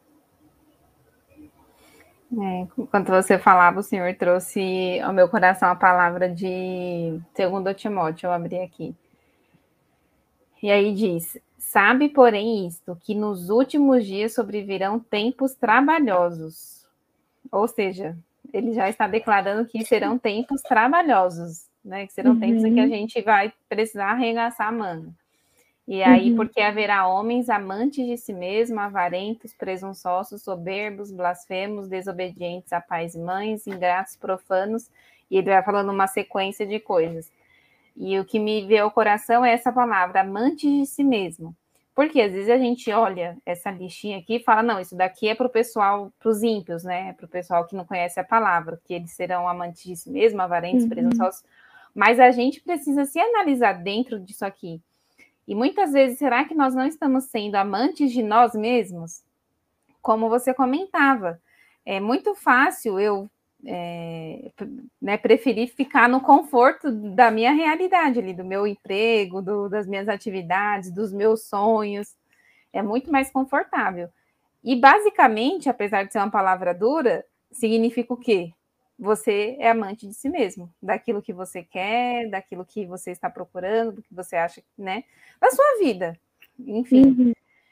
É, enquanto você falava, o Senhor trouxe ao meu coração a palavra de Segundo Timóteo, eu abri aqui. E aí diz: sabe, porém, isto, que nos últimos dias sobrevirão tempos trabalhosos. Ou seja, ele já está declarando que serão tempos trabalhosos, né? Que serão uhum. tempos em que a gente vai precisar arregaçar a manga. E aí, uhum. porque haverá homens amantes de si mesmo, avarentos, presunçosos, soberbos, blasfemos, desobedientes a pais e mães, ingratos, profanos, e ele vai falando uma sequência de coisas. E o que me veio ao coração é essa palavra, amantes de si mesmo. Porque às vezes a gente olha essa listinha aqui e fala, não, isso daqui é para o pessoal, para os ímpios, né? Para o pessoal que não conhece a palavra, que eles serão amantes de si mesmo, avarentos, uhum. presunçosos. Mas a gente precisa se analisar dentro disso aqui. E muitas vezes, será que nós não estamos sendo amantes de nós mesmos? Como você comentava, é muito fácil eu é, né, preferir ficar no conforto da minha realidade ali, do meu emprego, do, das minhas atividades, dos meus sonhos. É muito mais confortável. E basicamente, apesar de ser uma palavra dura, significa o quê? Você é amante de si mesmo, daquilo que você quer, daquilo que você está procurando, do que você acha, né, da sua vida, enfim. Uhum.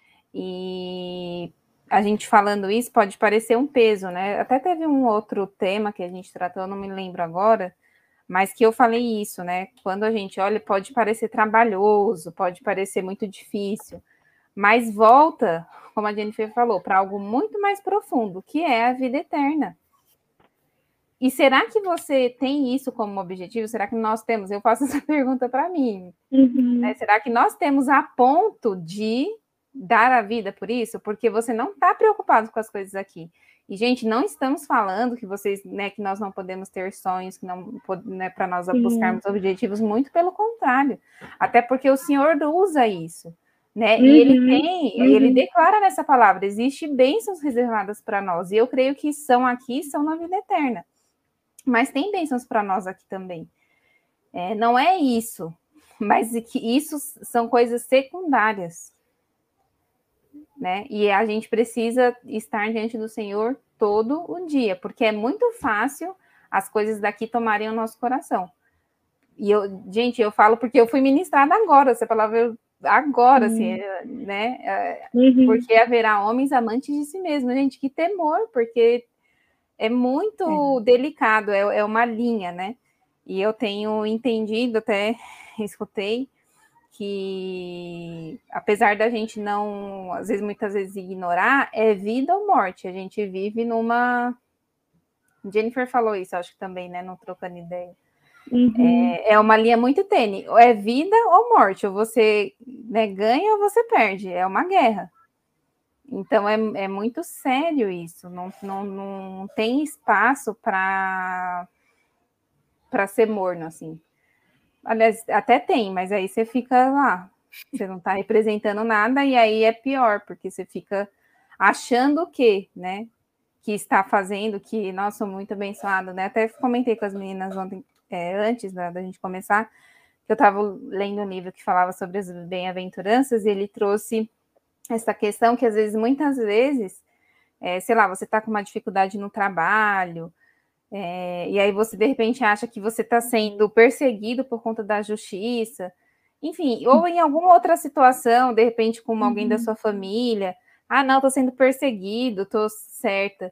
E a gente falando isso pode parecer um peso, né? Até teve um outro tema que a gente tratou, eu não me lembro agora, mas que eu falei isso, né? Quando a gente olha, pode parecer trabalhoso, pode parecer muito difícil, mas volta, como a Jennifer falou, para algo muito mais profundo, que é a vida eterna. E será que você tem isso como objetivo? Será que nós temos? Eu faço essa pergunta para mim. Uhum. Né? Será que nós temos a ponto de dar a vida por isso, porque você não está preocupado com as coisas aqui. E, gente, não estamos falando que vocês, né, que nós não podemos ter sonhos, que não, né, para nós buscarmos objetivos, muito pelo contrário. Até porque o Senhor usa isso, né? Uhum, e ele tem, uhum. ele declara nessa palavra, existem bênçãos reservadas para nós. E eu creio que são aqui, são na vida eterna. Mas tem bênçãos para nós aqui também. É, não é isso, mas que isso são coisas secundárias. Né? E a gente precisa estar diante do Senhor todo o dia, porque é muito fácil as coisas daqui tomarem o nosso coração. E eu, gente, eu falo porque eu fui ministrada agora, essa palavra agora, uhum. assim, né? Uhum. Porque haverá homens amantes de si mesmo, gente, que temor, porque é muito é. delicado, é, é uma linha, né? E eu tenho entendido, até escutei, que apesar da gente não, às vezes, muitas vezes ignorar, é vida ou morte. A gente vive numa... Jennifer falou isso, acho que também, né? Não trocando ideia. Uhum. É, é uma linha muito tênue. Ou é vida ou morte. Ou você, né, ganha ou você perde. É uma guerra. Então, é, é muito sério isso. Não, não, não tem espaço para para ser morno, assim. Aliás, até tem, mas aí você fica lá, você não está representando nada, e aí é pior, porque você fica achando que, né, que está fazendo, que, nossa, sou muito abençoado, né? Até comentei com as meninas ontem, é, antes da, da gente começar, que eu estava lendo um livro que falava sobre as bem-aventuranças, e ele trouxe essa questão que, às vezes, muitas vezes, é, sei lá, você está com uma dificuldade no trabalho, É, e aí você, de repente, acha que você está sendo perseguido por conta da justiça, enfim, ou em alguma outra situação, de repente, com alguém da sua família, ah, não, estou sendo perseguido, estou certa.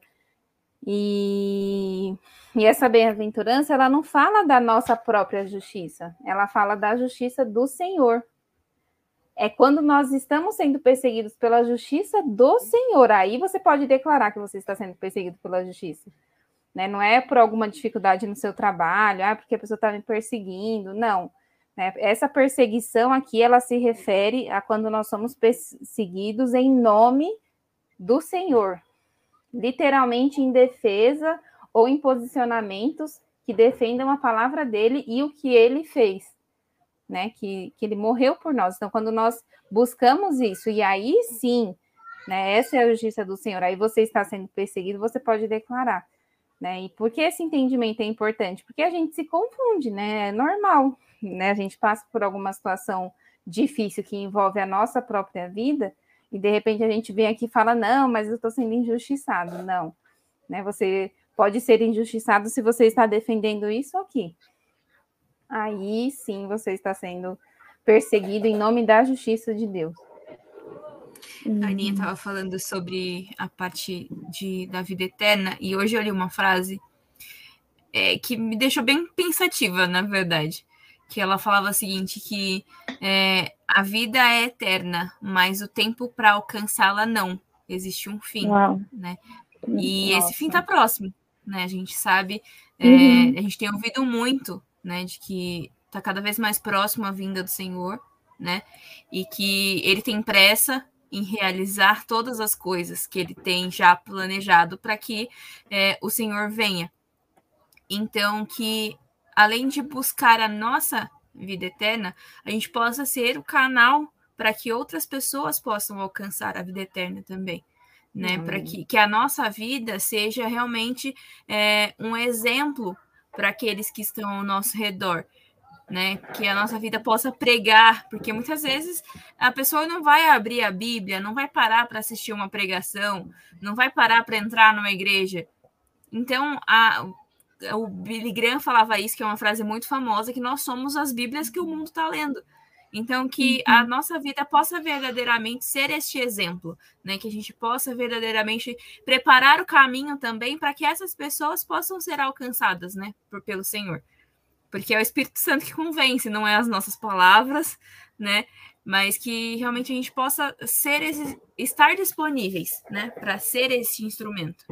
E, e essa bem-aventurança, ela não fala da nossa própria justiça, ela fala da justiça do Senhor. É quando nós estamos sendo perseguidos pela justiça do Senhor, aí você pode declarar que você está sendo perseguido pela justiça. Né? Não é por alguma dificuldade no seu trabalho, ah, porque a pessoa está me perseguindo, não. Né? Essa perseguição aqui, ela se refere a quando nós somos perseguidos em nome do Senhor, literalmente em defesa ou em posicionamentos que defendam a palavra dele e o que ele fez, né? Que, que ele morreu por nós. Então, quando nós buscamos isso, e aí sim, né, essa é a justiça do Senhor, aí você está sendo perseguido, você pode declarar. Né? E por que esse entendimento é importante? Porque a gente se confunde, né? É normal, né? A gente passa por alguma situação difícil que envolve a nossa própria vida e de repente a gente vem aqui e fala, não, mas eu estou sendo injustiçado. Não, né? Você pode ser injustiçado se você está defendendo isso aqui. Aí sim você está sendo perseguido em nome da justiça de Deus. A Aninha estava falando sobre a parte de, da vida eterna, e hoje eu li uma frase é, que me deixou bem pensativa, na verdade, que ela falava o seguinte, que é, a vida é eterna, mas o tempo para alcançá-la não, existe um fim, Uau. Né? E Nossa. Esse fim está próximo, né? A gente sabe, é, uhum. a gente tem ouvido muito, né, de que está cada vez mais próximo a vinda do Senhor, né, e que ele tem pressa em realizar todas as coisas que ele tem já planejado para que é, o Senhor venha. Então, que além de buscar a nossa vida eterna, a gente possa ser o canal para que outras pessoas possam alcançar a vida eterna também. Né? Para que, que a nossa vida seja realmente é, um exemplo para aqueles que estão ao nosso redor. Né, que a nossa vida possa pregar, porque muitas vezes a pessoa não vai abrir a Bíblia, não vai parar para assistir uma pregação, não vai parar para entrar numa igreja. Então, a, o Billy Graham falava isso, que é uma frase muito famosa, que nós somos as Bíblias que o mundo está lendo. Então, que uhum. a nossa vida possa verdadeiramente ser este exemplo, né, que a gente possa verdadeiramente preparar o caminho também para que essas pessoas possam ser alcançadas, né, por, pelo Senhor. Porque é o Espírito Santo que convence, não é as nossas palavras, né? Mas que realmente a gente possa ser esse, estar disponíveis, né? Para ser esse instrumento.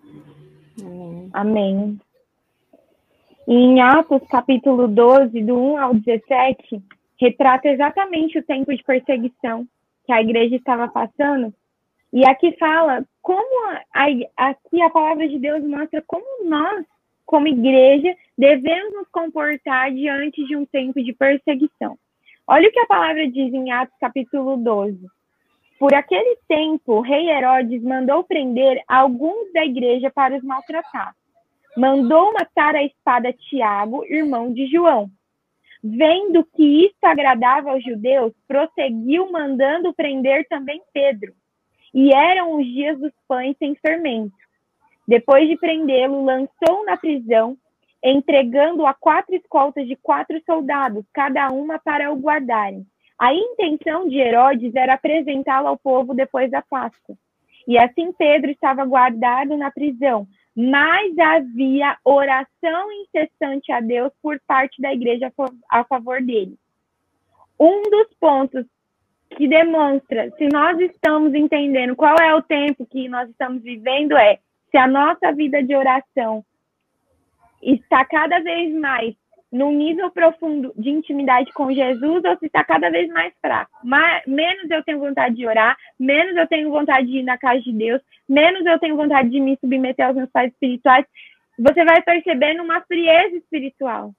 Amém. E em Atos, capítulo doze, do um ao dezessete, retrata exatamente o tempo de perseguição que a igreja estava passando. E aqui fala como a, aqui a palavra de Deus mostra como nós, como igreja, devemos nos comportar diante de um tempo de perseguição. Olha o que a palavra diz em Atos capítulo doze. Por aquele tempo, o rei Herodes mandou prender alguns da igreja para os maltratar. Mandou matar a espada Tiago, irmão de João. Vendo que isso agradava aos judeus, prosseguiu mandando prender também Pedro. E eram os dias dos pães sem fermento. Depois de prendê-lo, lançou-o na prisão, entregando-o a quatro escoltas de quatro soldados, cada uma para o guardarem. A intenção de Herodes era apresentá-lo ao povo depois da Páscoa. E assim Pedro estava guardado na prisão, mas havia oração incessante a Deus por parte da igreja a favor dele. Um dos pontos que demonstra se nós estamos entendendo qual é o tempo que nós estamos vivendo é se a nossa vida de oração está cada vez mais num nível profundo de intimidade com Jesus ou se está cada vez mais fraco. Mais, menos eu tenho vontade de orar, menos eu tenho vontade de ir na casa de Deus, menos eu tenho vontade de me submeter aos meus pais espirituais. Você vai percebendo uma frieza espiritual.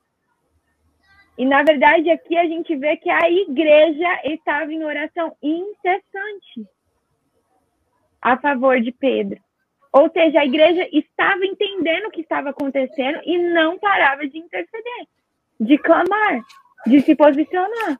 E, na verdade, aqui a gente vê que a igreja estava em oração incessante a favor de Pedro. Ou seja, a igreja estava entendendo o que estava acontecendo e não parava de interceder, de clamar, de se posicionar.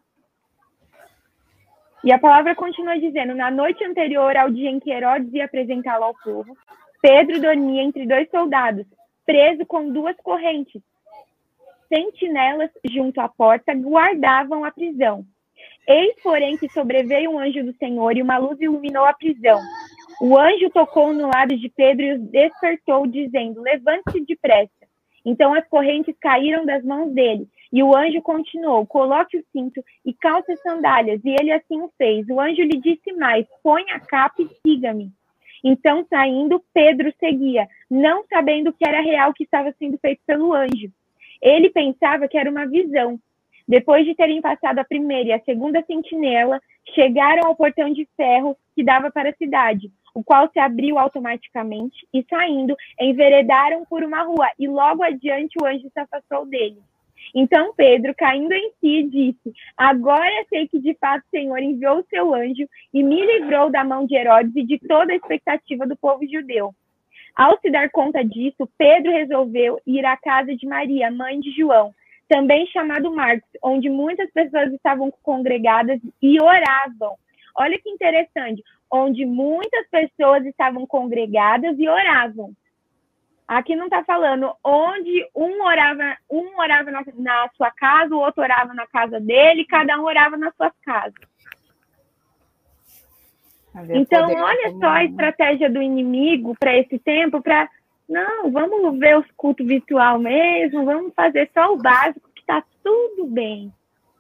E a palavra continua dizendo, na noite anterior ao dia em que Herodes ia apresentá-lo ao povo, Pedro dormia entre dois soldados, preso com duas correntes. Sentinelas junto à porta guardavam a prisão. Eis, porém, que sobreveio um anjo do Senhor e uma luz iluminou a prisão. O anjo tocou no lado de Pedro e os despertou, dizendo, levante-se depressa. Então as correntes caíram das mãos dele. E o anjo continuou, coloque o cinto e calce as sandálias. E ele assim o fez. O anjo lhe disse mais, põe a capa e siga-me. Então, saindo, Pedro seguia, não sabendo que era real o que estava sendo feito pelo anjo. Ele pensava que era uma visão. Depois de terem passado a primeira e a segunda sentinela, chegaram ao portão de ferro que dava para a cidade, o qual se abriu automaticamente e, saindo, enveredaram por uma rua e logo adiante o anjo se afastou dele. Então Pedro, caindo em si, disse, agora sei que de fato o Senhor enviou o seu anjo e me livrou da mão de Herodes e de toda a expectativa do povo judeu. Ao se dar conta disso, Pedro resolveu ir à casa de Maria, mãe de João, também chamado Marcos, onde muitas pessoas estavam congregadas e oravam. Olha que interessante, onde muitas pessoas estavam congregadas e oravam. Aqui não está falando onde um orava, um orava na, na sua casa, o outro orava na casa dele, cada um orava na sua casa. Então, olha só a estratégia do inimigo para esse tempo, para, não, vamos ver os cultos virtual mesmo, vamos fazer só o básico, que está tudo bem.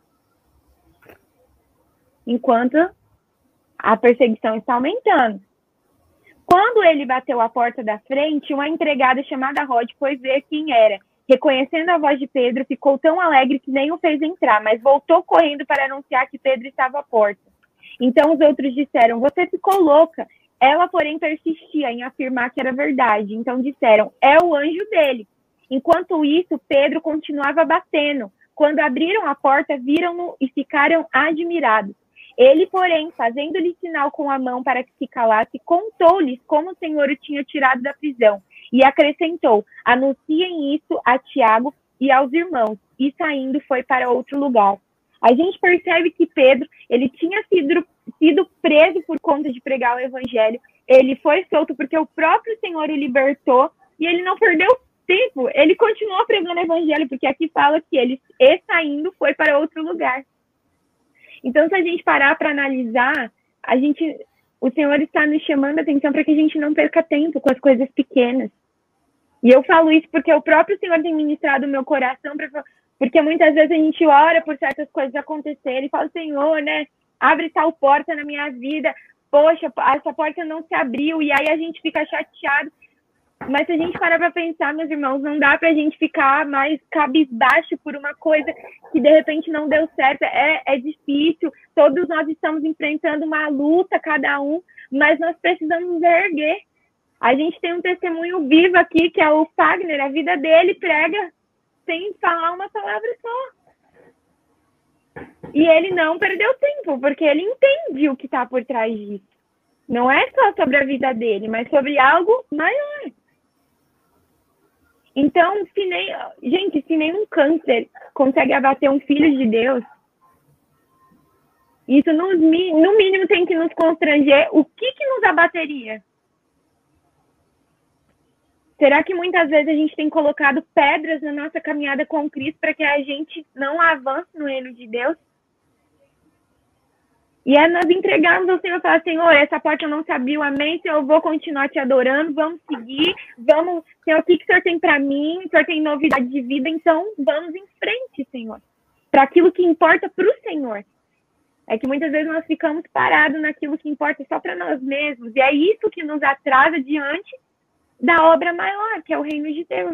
Enquanto a perseguição está aumentando. Quando ele bateu a porta da frente, uma empregada chamada Rod foi ver quem era. Reconhecendo a voz de Pedro, ficou tão alegre que nem o fez entrar, mas voltou correndo para anunciar que Pedro estava à porta. Então os outros disseram, você ficou louca. Ela, porém, persistia em afirmar que era verdade. Então disseram, é o anjo dele. Enquanto isso, Pedro continuava batendo. Quando abriram a porta, viram-no e ficaram admirados. Ele, porém, fazendo-lhe sinal com a mão para que se calasse, contou-lhes como o Senhor o tinha tirado da prisão. E acrescentou, anunciem isso a Tiago e aos irmãos. E saindo foi para outro lugar. A gente percebe que Pedro, ele tinha sido, sido preso por conta de pregar o evangelho. Ele foi solto porque o próprio Senhor o libertou e ele não perdeu tempo. Ele continuou pregando o evangelho, porque aqui fala que ele, e saindo, foi para outro lugar. Então, se a gente parar para analisar, a gente, o Senhor está nos chamando a atenção para que a gente não perca tempo com as coisas pequenas. E eu falo isso porque o próprio Senhor tem ministrado o meu coração, pra, porque muitas vezes a gente ora por certas coisas acontecerem e fala, Senhor, né, abre tal porta na minha vida, poxa, essa porta não se abriu, e aí a gente fica chateado. Mas se a gente parar para pensar, meus irmãos, não dá para a gente ficar mais cabisbaixo por uma coisa que de repente não deu certo. É, é difícil, todos nós estamos enfrentando uma luta, cada um, mas nós precisamos nos erguer. A gente tem um testemunho vivo aqui, que é o Fagner, a vida dele prega sem falar uma palavra só. E ele não perdeu tempo, porque ele entende o que está por trás disso. Não é só sobre a vida dele, mas sobre algo maior. Então, se nem, gente, se nenhum câncer consegue abater um filho de Deus, isso nos, no mínimo tem que nos constranger. O que, que nos abateria? Será que muitas vezes a gente tem colocado pedras na nossa caminhada com Cristo para que a gente não avance no reino de Deus? E é nós entregarmos ao Senhor e falar, Senhor, essa porta eu não sabia, amém, Senhor, eu vou continuar te adorando, vamos seguir, vamos, Senhor, o que, que o Senhor tem para mim? O Senhor tem novidade de vida, então vamos em frente, Senhor, para aquilo que importa para o Senhor. É que muitas vezes nós ficamos parados naquilo que importa só para nós mesmos, e é isso que nos atrasa diante da obra maior, que é o reino de Deus.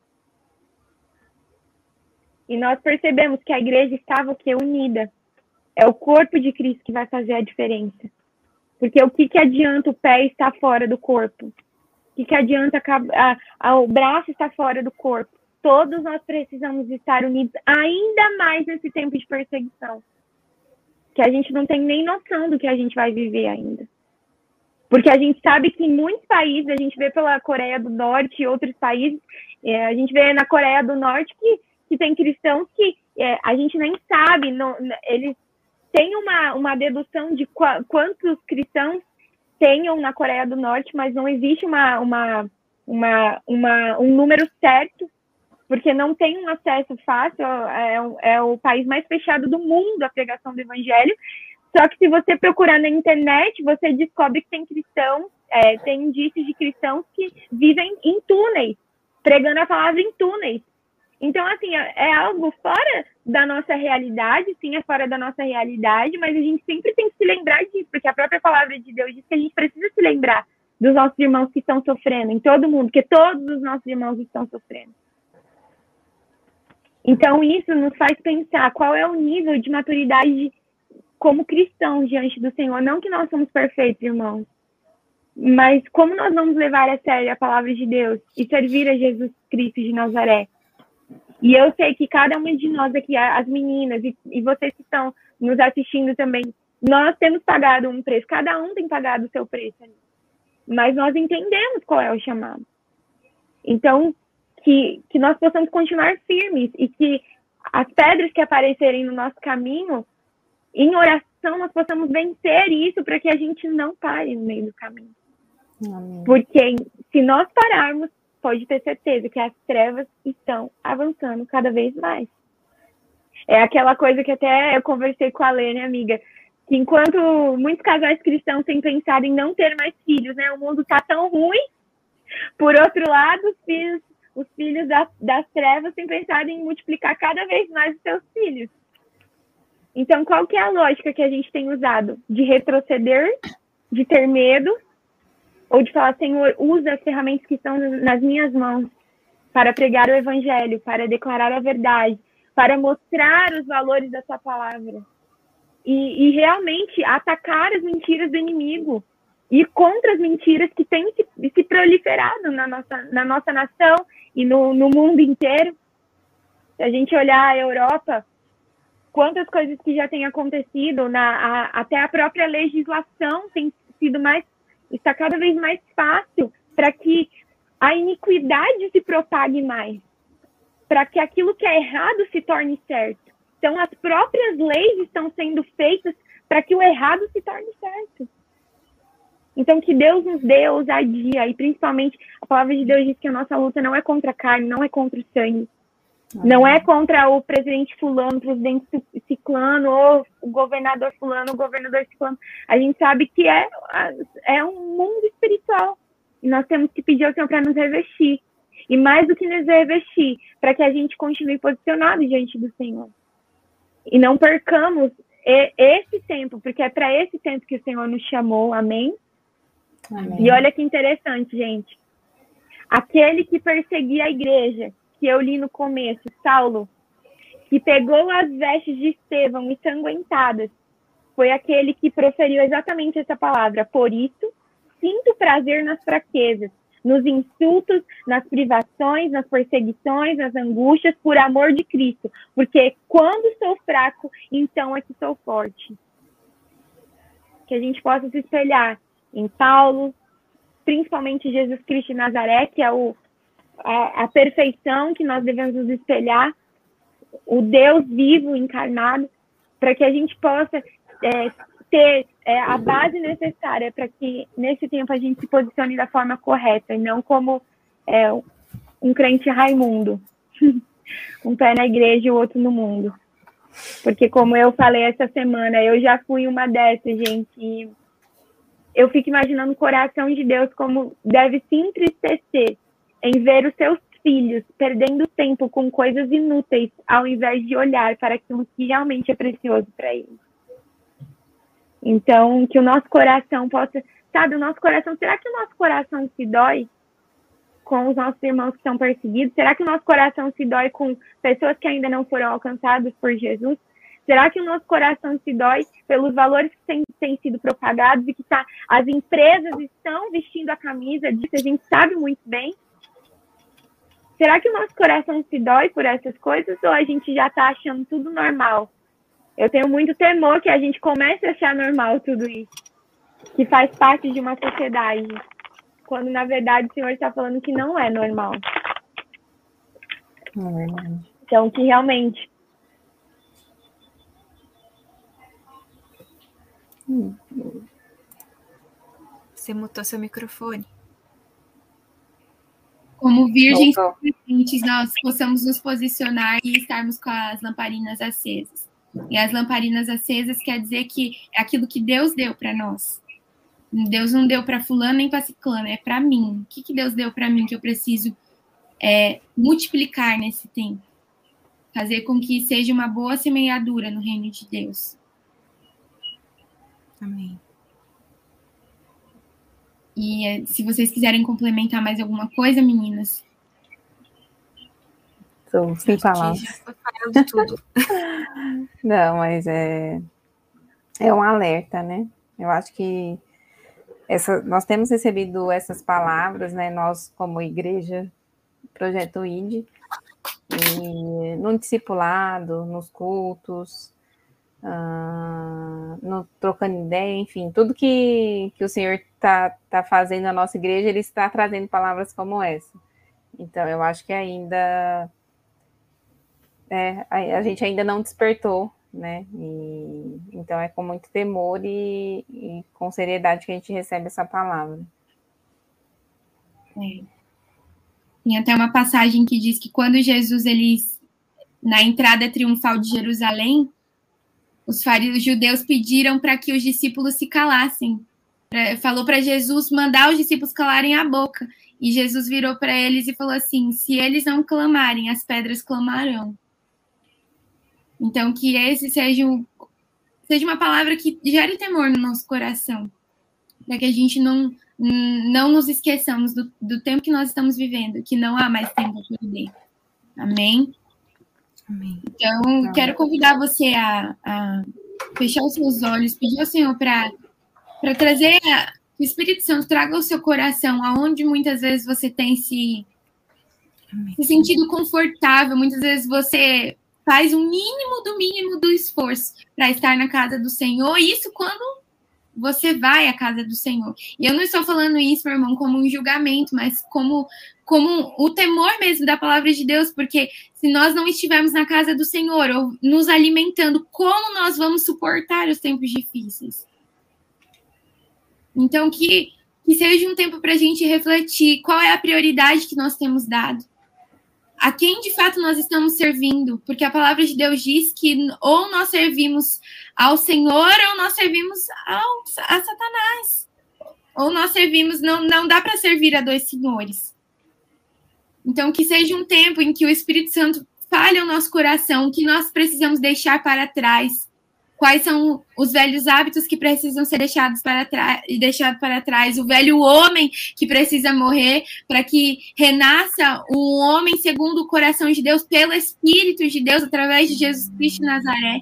E nós percebemos que a igreja estava o quê? Unida. É o corpo de Cristo que vai fazer a diferença. Porque o que, que adianta o pé estar fora do corpo? O que, que adianta a, a, a, o braço estar fora do corpo? Todos nós precisamos estar unidos, ainda mais nesse tempo de perseguição. Que a gente não tem nem noção do que a gente vai viver ainda. Porque a gente sabe que em muitos países, a gente vê pela Coreia do Norte e outros países, é, a gente vê na Coreia do Norte que, que tem cristãos que é, a gente nem sabe, não, eles tem uma, uma dedução de qu- quantos cristãos tenham na Coreia do Norte, mas não existe uma, uma, uma, uma, um número certo, porque não tem um acesso fácil, é, é o país mais fechado do mundo a pregação do evangelho. Só que se você procurar na internet, você descobre que tem cristãos, é, tem indícios de cristãos que vivem em túneis, pregando a palavra em túneis. Então, assim, é algo fora da nossa realidade, sim, é fora da nossa realidade, mas a gente sempre tem que se lembrar disso, porque a própria palavra de Deus diz que a gente precisa se lembrar dos nossos irmãos que estão sofrendo, em todo mundo, porque todos os nossos irmãos estão sofrendo. Então, isso nos faz pensar qual é o nível de maturidade como cristãos diante do Senhor. Não que nós somos perfeitos, irmãos, mas como nós vamos levar a sério a palavra de Deus e servir a Jesus Cristo de Nazaré. E eu sei que cada uma de nós aqui, as meninas e, e vocês que estão nos assistindo também, nós temos pagado um preço, cada um tem pagado o seu preço. Mas nós entendemos qual é o chamado. Então, que, que nós possamos continuar firmes e que as pedras que aparecerem no nosso caminho, em oração, nós possamos vencer isso para que a gente não pare no meio do caminho. Amém. Porque se nós pararmos, pode ter certeza que as trevas estão avançando cada vez mais. É aquela coisa que até eu conversei com a Lê, né, amiga? Que enquanto muitos casais cristãos têm pensado em não ter mais filhos, né? O mundo está tão ruim. Por outro lado, os filhos, os filhos das, das trevas têm pensado em multiplicar cada vez mais os seus filhos. Então, qual que é a lógica que a gente tem usado? De retroceder, de ter medo, ou de falar, Senhor, usa as ferramentas que estão nas minhas mãos para pregar o evangelho, para declarar a verdade, para mostrar os valores da sua palavra. E, e realmente atacar as mentiras do inimigo. Ir contra as mentiras que têm se, se proliferado na nossa, na nossa nação e no, no mundo inteiro. Se a gente olhar a Europa, quantas coisas que já têm acontecido, na, a, até a própria legislação tem sido mais, está cada vez mais fácil para que a iniquidade se propague mais, para que aquilo que é errado se torne certo. Então, as próprias leis estão sendo feitas para que o errado se torne certo. Então, que Deus nos dê ousadia, e principalmente a palavra de Deus diz que a nossa luta não é contra a carne, não é contra o sangue. Amém. Não é contra o presidente fulano, o presidente ciclano, ou o governador fulano, o governador ciclano. A gente sabe que é, é um mundo espiritual. E nós temos que pedir ao Senhor para nos revestir. E mais do que nos revestir, para que a gente continue posicionado diante do Senhor. E não percamos esse tempo, porque é para esse tempo que o Senhor nos chamou. Amém? Amém. E olha que interessante, gente. Aquele que perseguia a igreja, que eu li no começo, Saulo, que pegou as vestes de Estevão ensanguentadas, foi aquele que proferiu exatamente essa palavra. Por isso, sinto prazer nas fraquezas, nos insultos, nas privações, nas perseguições, nas angústias, por amor de Cristo. Porque quando sou fraco, então é que sou forte. Que a gente possa se espelhar em Paulo, principalmente Jesus Cristo de Nazaré, que é o, a, a perfeição que nós devemos nos espelhar, o Deus vivo, encarnado, para que a gente possa é, ter é, a base necessária para que, nesse tempo, a gente se posicione da forma correta, e não como é, um crente Raimundo, um pé na igreja e o outro no mundo. Porque, como eu falei essa semana, eu já fui uma dessas, gente, e eu fico imaginando o coração de Deus como deve se entristecer em ver os seus filhos perdendo tempo com coisas inúteis, ao invés de olhar para aquilo que realmente é precioso para eles. Então, que o nosso coração possa... Sabe, o nosso coração... Será que o nosso coração se dói com os nossos irmãos que são perseguidos? Será que o nosso coração se dói com pessoas que ainda não foram alcançadas por Jesus? Será que o nosso coração se dói pelos valores que têm, têm sido propagados e que tá, as empresas estão vestindo a camisa disso? A gente sabe muito bem. Será que o nosso coração se dói por essas coisas ou a gente já está achando tudo normal? Eu tenho muito temor que a gente comece a achar normal tudo isso, que faz parte de uma sociedade, quando na verdade o Senhor está falando que não é normal. Não é verdade. Então, que realmente... Você mutou seu microfone. Como virgens Voltou. presentes, nós possamos nos posicionar e estarmos com as lamparinas acesas. E as lamparinas acesas quer dizer que é aquilo que Deus deu para nós. Deus não deu para fulano nem para ciclano, é para mim. O que, que Deus deu para mim que eu preciso é, multiplicar nesse tempo? Fazer com que seja uma boa semeadura no reino de Deus. Amém. E se vocês quiserem complementar mais alguma coisa, meninas. Estou sem palavras. Já foi falando tudo. Não, mas é, é um alerta, né? Eu acho que essa, nós temos recebido essas palavras, né? Nós, como igreja, Projeto I D, e no discipulado, nos cultos, uh, no trocando ideia, enfim, tudo que, que o Senhor está tá fazendo na nossa igreja, Ele está trazendo palavras como essa. Então, eu acho que ainda... É, a, a gente ainda não despertou, né? E, então, é com muito temor e, e com seriedade que a gente recebe essa palavra. É. Tem até uma passagem que diz que quando Jesus, ele, na entrada triunfal de Jerusalém, os fariseus judeus pediram para que os discípulos se calassem. Pra, falou para Jesus mandar os discípulos calarem a boca. E Jesus virou para eles e falou assim, se eles não clamarem, as pedras clamarão. Então, que esse seja, um, seja uma palavra que gere temor no nosso coração. Para que a gente não... não nos esqueçamos do, do tempo que nós estamos vivendo, que não há mais tempo para perder. Amém? Amém. Então, Amém. Quero convidar você a, a fechar os seus olhos, pedir ao Senhor para trazer, a, que o Espírito Santo traga o seu coração, aonde muitas vezes você tem se, se sentido confortável, muitas vezes você faz o mínimo do mínimo do esforço para estar na casa do Senhor, e isso quando você vai à casa do Senhor. E eu não estou falando isso, meu irmão, como um julgamento, mas como, como o temor mesmo da palavra de Deus, porque se nós não estivermos na casa do Senhor, ou nos alimentando, como nós vamos suportar os tempos difíceis? Então, que, que seja um tempo para a gente refletir qual é a prioridade que nós temos dado. A quem de fato nós estamos servindo, porque a palavra de Deus diz que ou nós servimos ao Senhor ou nós servimos ao, a Satanás. Ou nós servimos, não, não dá para servir a dois senhores. Então, que seja um tempo em que o Espírito Santo fale ao nosso coração, que nós precisamos deixar para trás, Quais são os velhos hábitos que precisam ser deixados para trás e deixado para trás? O velho homem que precisa morrer para que renasça um homem segundo o coração de Deus, pelo Espírito de Deus, através de Jesus Cristo de Nazaré.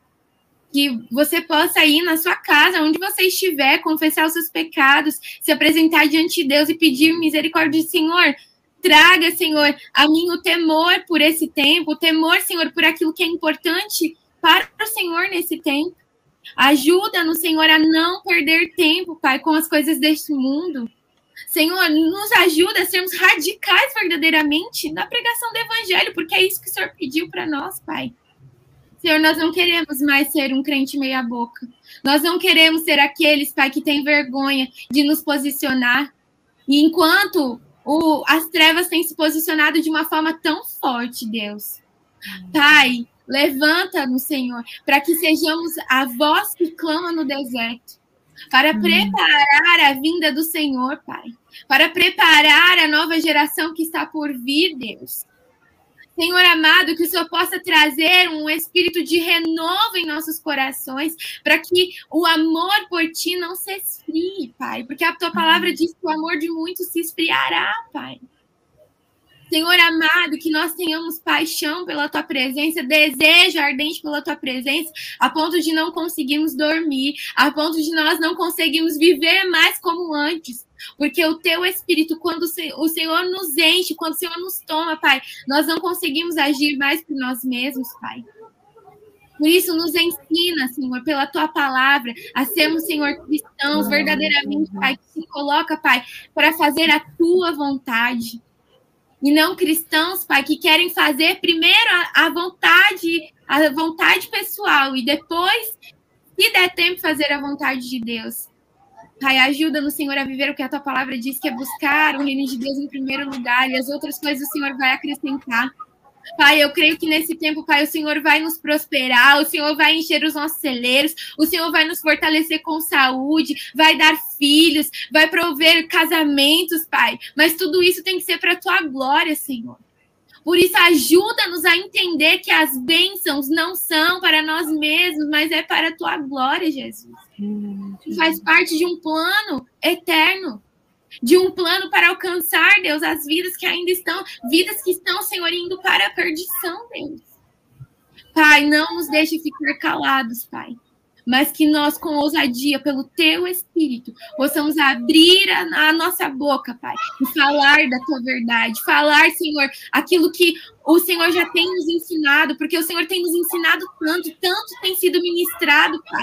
Que você possa ir na sua casa, onde você estiver, confessar os seus pecados, se apresentar diante de Deus e pedir misericórdia. Senhor, traga, Senhor, a mim o temor por esse tempo, o temor, Senhor, por aquilo que é importante para o Senhor nesse tempo. Ajuda-nos, Senhor, a não perder tempo, Pai, com as coisas deste mundo. Senhor, nos ajuda a sermos radicais verdadeiramente na pregação do Evangelho, porque é isso que o Senhor pediu para nós, Pai. Senhor, nós não queremos mais ser um crente meia boca. Nós não queremos ser aqueles, Pai, que têm vergonha de nos posicionar. E enquanto o, as trevas têm se posicionado de uma forma tão forte, Deus, Pai, levanta-nos, Senhor, para que sejamos a voz que clama no deserto, para hum. preparar a vinda do Senhor, Pai, para preparar a nova geração que está por vir, Deus. Senhor amado, que o Senhor possa trazer um espírito de renovo em nossos corações, para que o amor por Ti não se esfrie, Pai, porque a Tua palavra diz que o amor de muitos se esfriará, Pai. Senhor amado, que nós tenhamos paixão pela Tua presença, desejo ardente pela Tua presença, a ponto de não conseguirmos dormir, a ponto de nós não conseguirmos viver mais como antes. Porque o Teu Espírito, quando o Senhor nos enche, quando o Senhor nos toma, Pai, nós não conseguimos agir mais por nós mesmos, Pai. Por isso, nos ensina, Senhor, pela Tua palavra, a sermos, Senhor, cristãos, verdadeiramente, Pai, que se coloca, Pai, para fazer a Tua vontade. E não cristãos, Pai, que querem fazer primeiro a, a vontade, a vontade pessoal e depois, se der tempo, fazer a vontade de Deus. Pai, ajuda-nos, Senhor, a viver o que a Tua palavra diz, que é buscar o reino de Deus em primeiro lugar, e as outras coisas o Senhor vai acrescentar. Pai, eu creio que nesse tempo, Pai, o Senhor vai nos prosperar, o Senhor vai encher os nossos celeiros, o Senhor vai nos fortalecer com saúde, vai dar filhos, vai prover casamentos, Pai. Mas tudo isso tem que ser para a Tua glória, Senhor. Por isso, ajuda-nos a entender que as bênçãos não são para nós mesmos, mas é para a Tua glória, Jesus. Faz parte de um plano eterno, de um plano para alcançar, Deus, as vidas que ainda estão, vidas que estão, Senhor, indo para a perdição, Deus. Pai, não nos deixe ficar calados, Pai, mas que nós, com ousadia, pelo Teu Espírito, possamos abrir a, a nossa boca, Pai, e falar da Tua verdade, falar, Senhor, aquilo que o Senhor já tem nos ensinado, porque o Senhor tem nos ensinado tanto, tanto tem sido ministrado, Pai.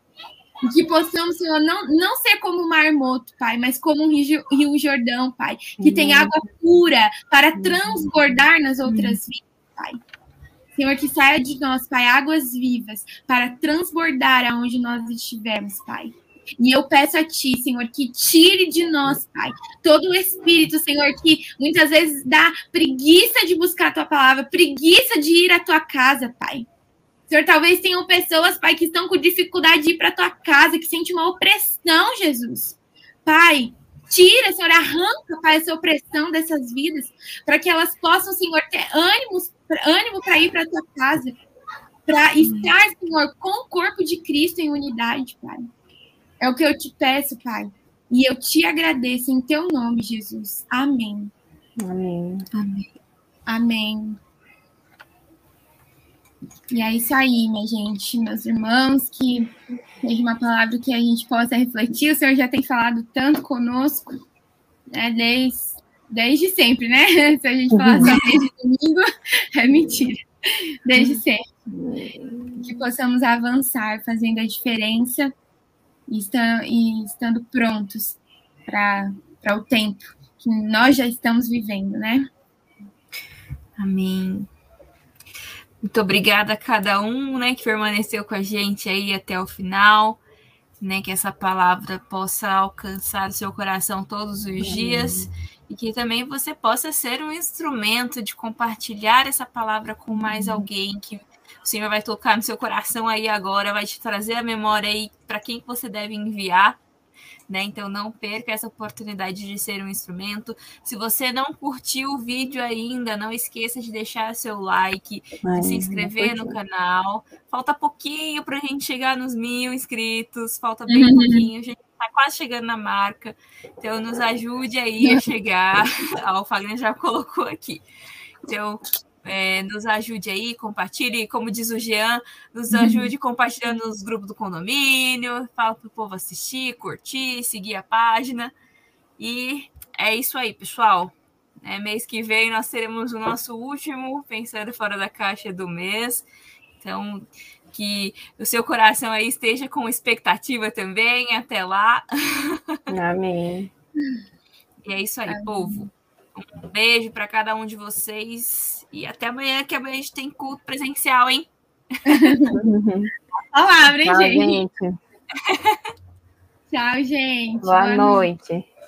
Que possamos, Senhor, não, não ser como o Mar Morto, Pai, mas como um rio, rio Jordão, Pai, que uhum. tem água pura para transbordar nas outras vidas, Pai. Senhor, que saia de nós, Pai, águas vivas para transbordar aonde nós estivermos, Pai. E eu peço a Ti, Senhor, que tire de nós, Pai, todo o espírito, Senhor, que muitas vezes dá preguiça de buscar a Tua palavra, preguiça de ir à Tua casa, Pai. Senhor, talvez tenham pessoas, Pai, que estão com dificuldade de ir para a Tua casa, que sentem uma opressão, Jesus. Pai, tira, Senhor, arranca, Pai, essa opressão dessas vidas, para que elas possam, Senhor, ter ânimos, ânimo para ir para a Tua casa, para estar, Senhor, com o corpo de Cristo em unidade, Pai. É o que eu te peço, Pai, e eu te agradeço em Teu nome, Jesus. Amém. Amém. Amém. Amém. E é isso aí, minha gente, meus irmãos, que seja uma palavra que a gente possa refletir. O Senhor já tem falado tanto conosco, né, desde, desde sempre, né? Se a gente falar só desde domingo, é mentira. Desde sempre. Que possamos avançar, fazendo a diferença e, está, e estando prontos para o tempo que nós já estamos vivendo, né? Amém. Muito obrigada a cada um, né, que permaneceu com a gente aí até o final, né, que essa palavra possa alcançar o seu coração todos os dias e que também você possa ser um instrumento de compartilhar essa palavra com mais alguém, que o Senhor vai tocar no seu coração aí agora, vai te trazer a memória aí para quem você deve enviar, né? Então não perca essa oportunidade de ser um instrumento. Se você não curtiu o vídeo ainda, não esqueça de deixar seu like, Ai, de se inscrever no canal. Falta pouquinho para a gente chegar nos mil inscritos, falta bem Uhum. pouquinho, a gente está quase chegando na marca. Então nos ajude aí a chegar. O Fagner já colocou aqui. Então, é, nos ajude aí, compartilhe, como diz o Jean, nos ajude compartilhando nos grupos do condomínio, fala para o povo assistir, curtir, seguir a página. E é isso aí, pessoal. É, mês que vem nós teremos o nosso último Pensando Fora da Caixa do mês. Então, que o seu coração aí esteja com expectativa também. Até lá. Amém. E é isso aí, povo. Um beijo para cada um de vocês. E até amanhã, que amanhã a gente tem culto presencial, hein? Palavra, hein, Tchau, gente? gente. Tchau, gente. Boa noite.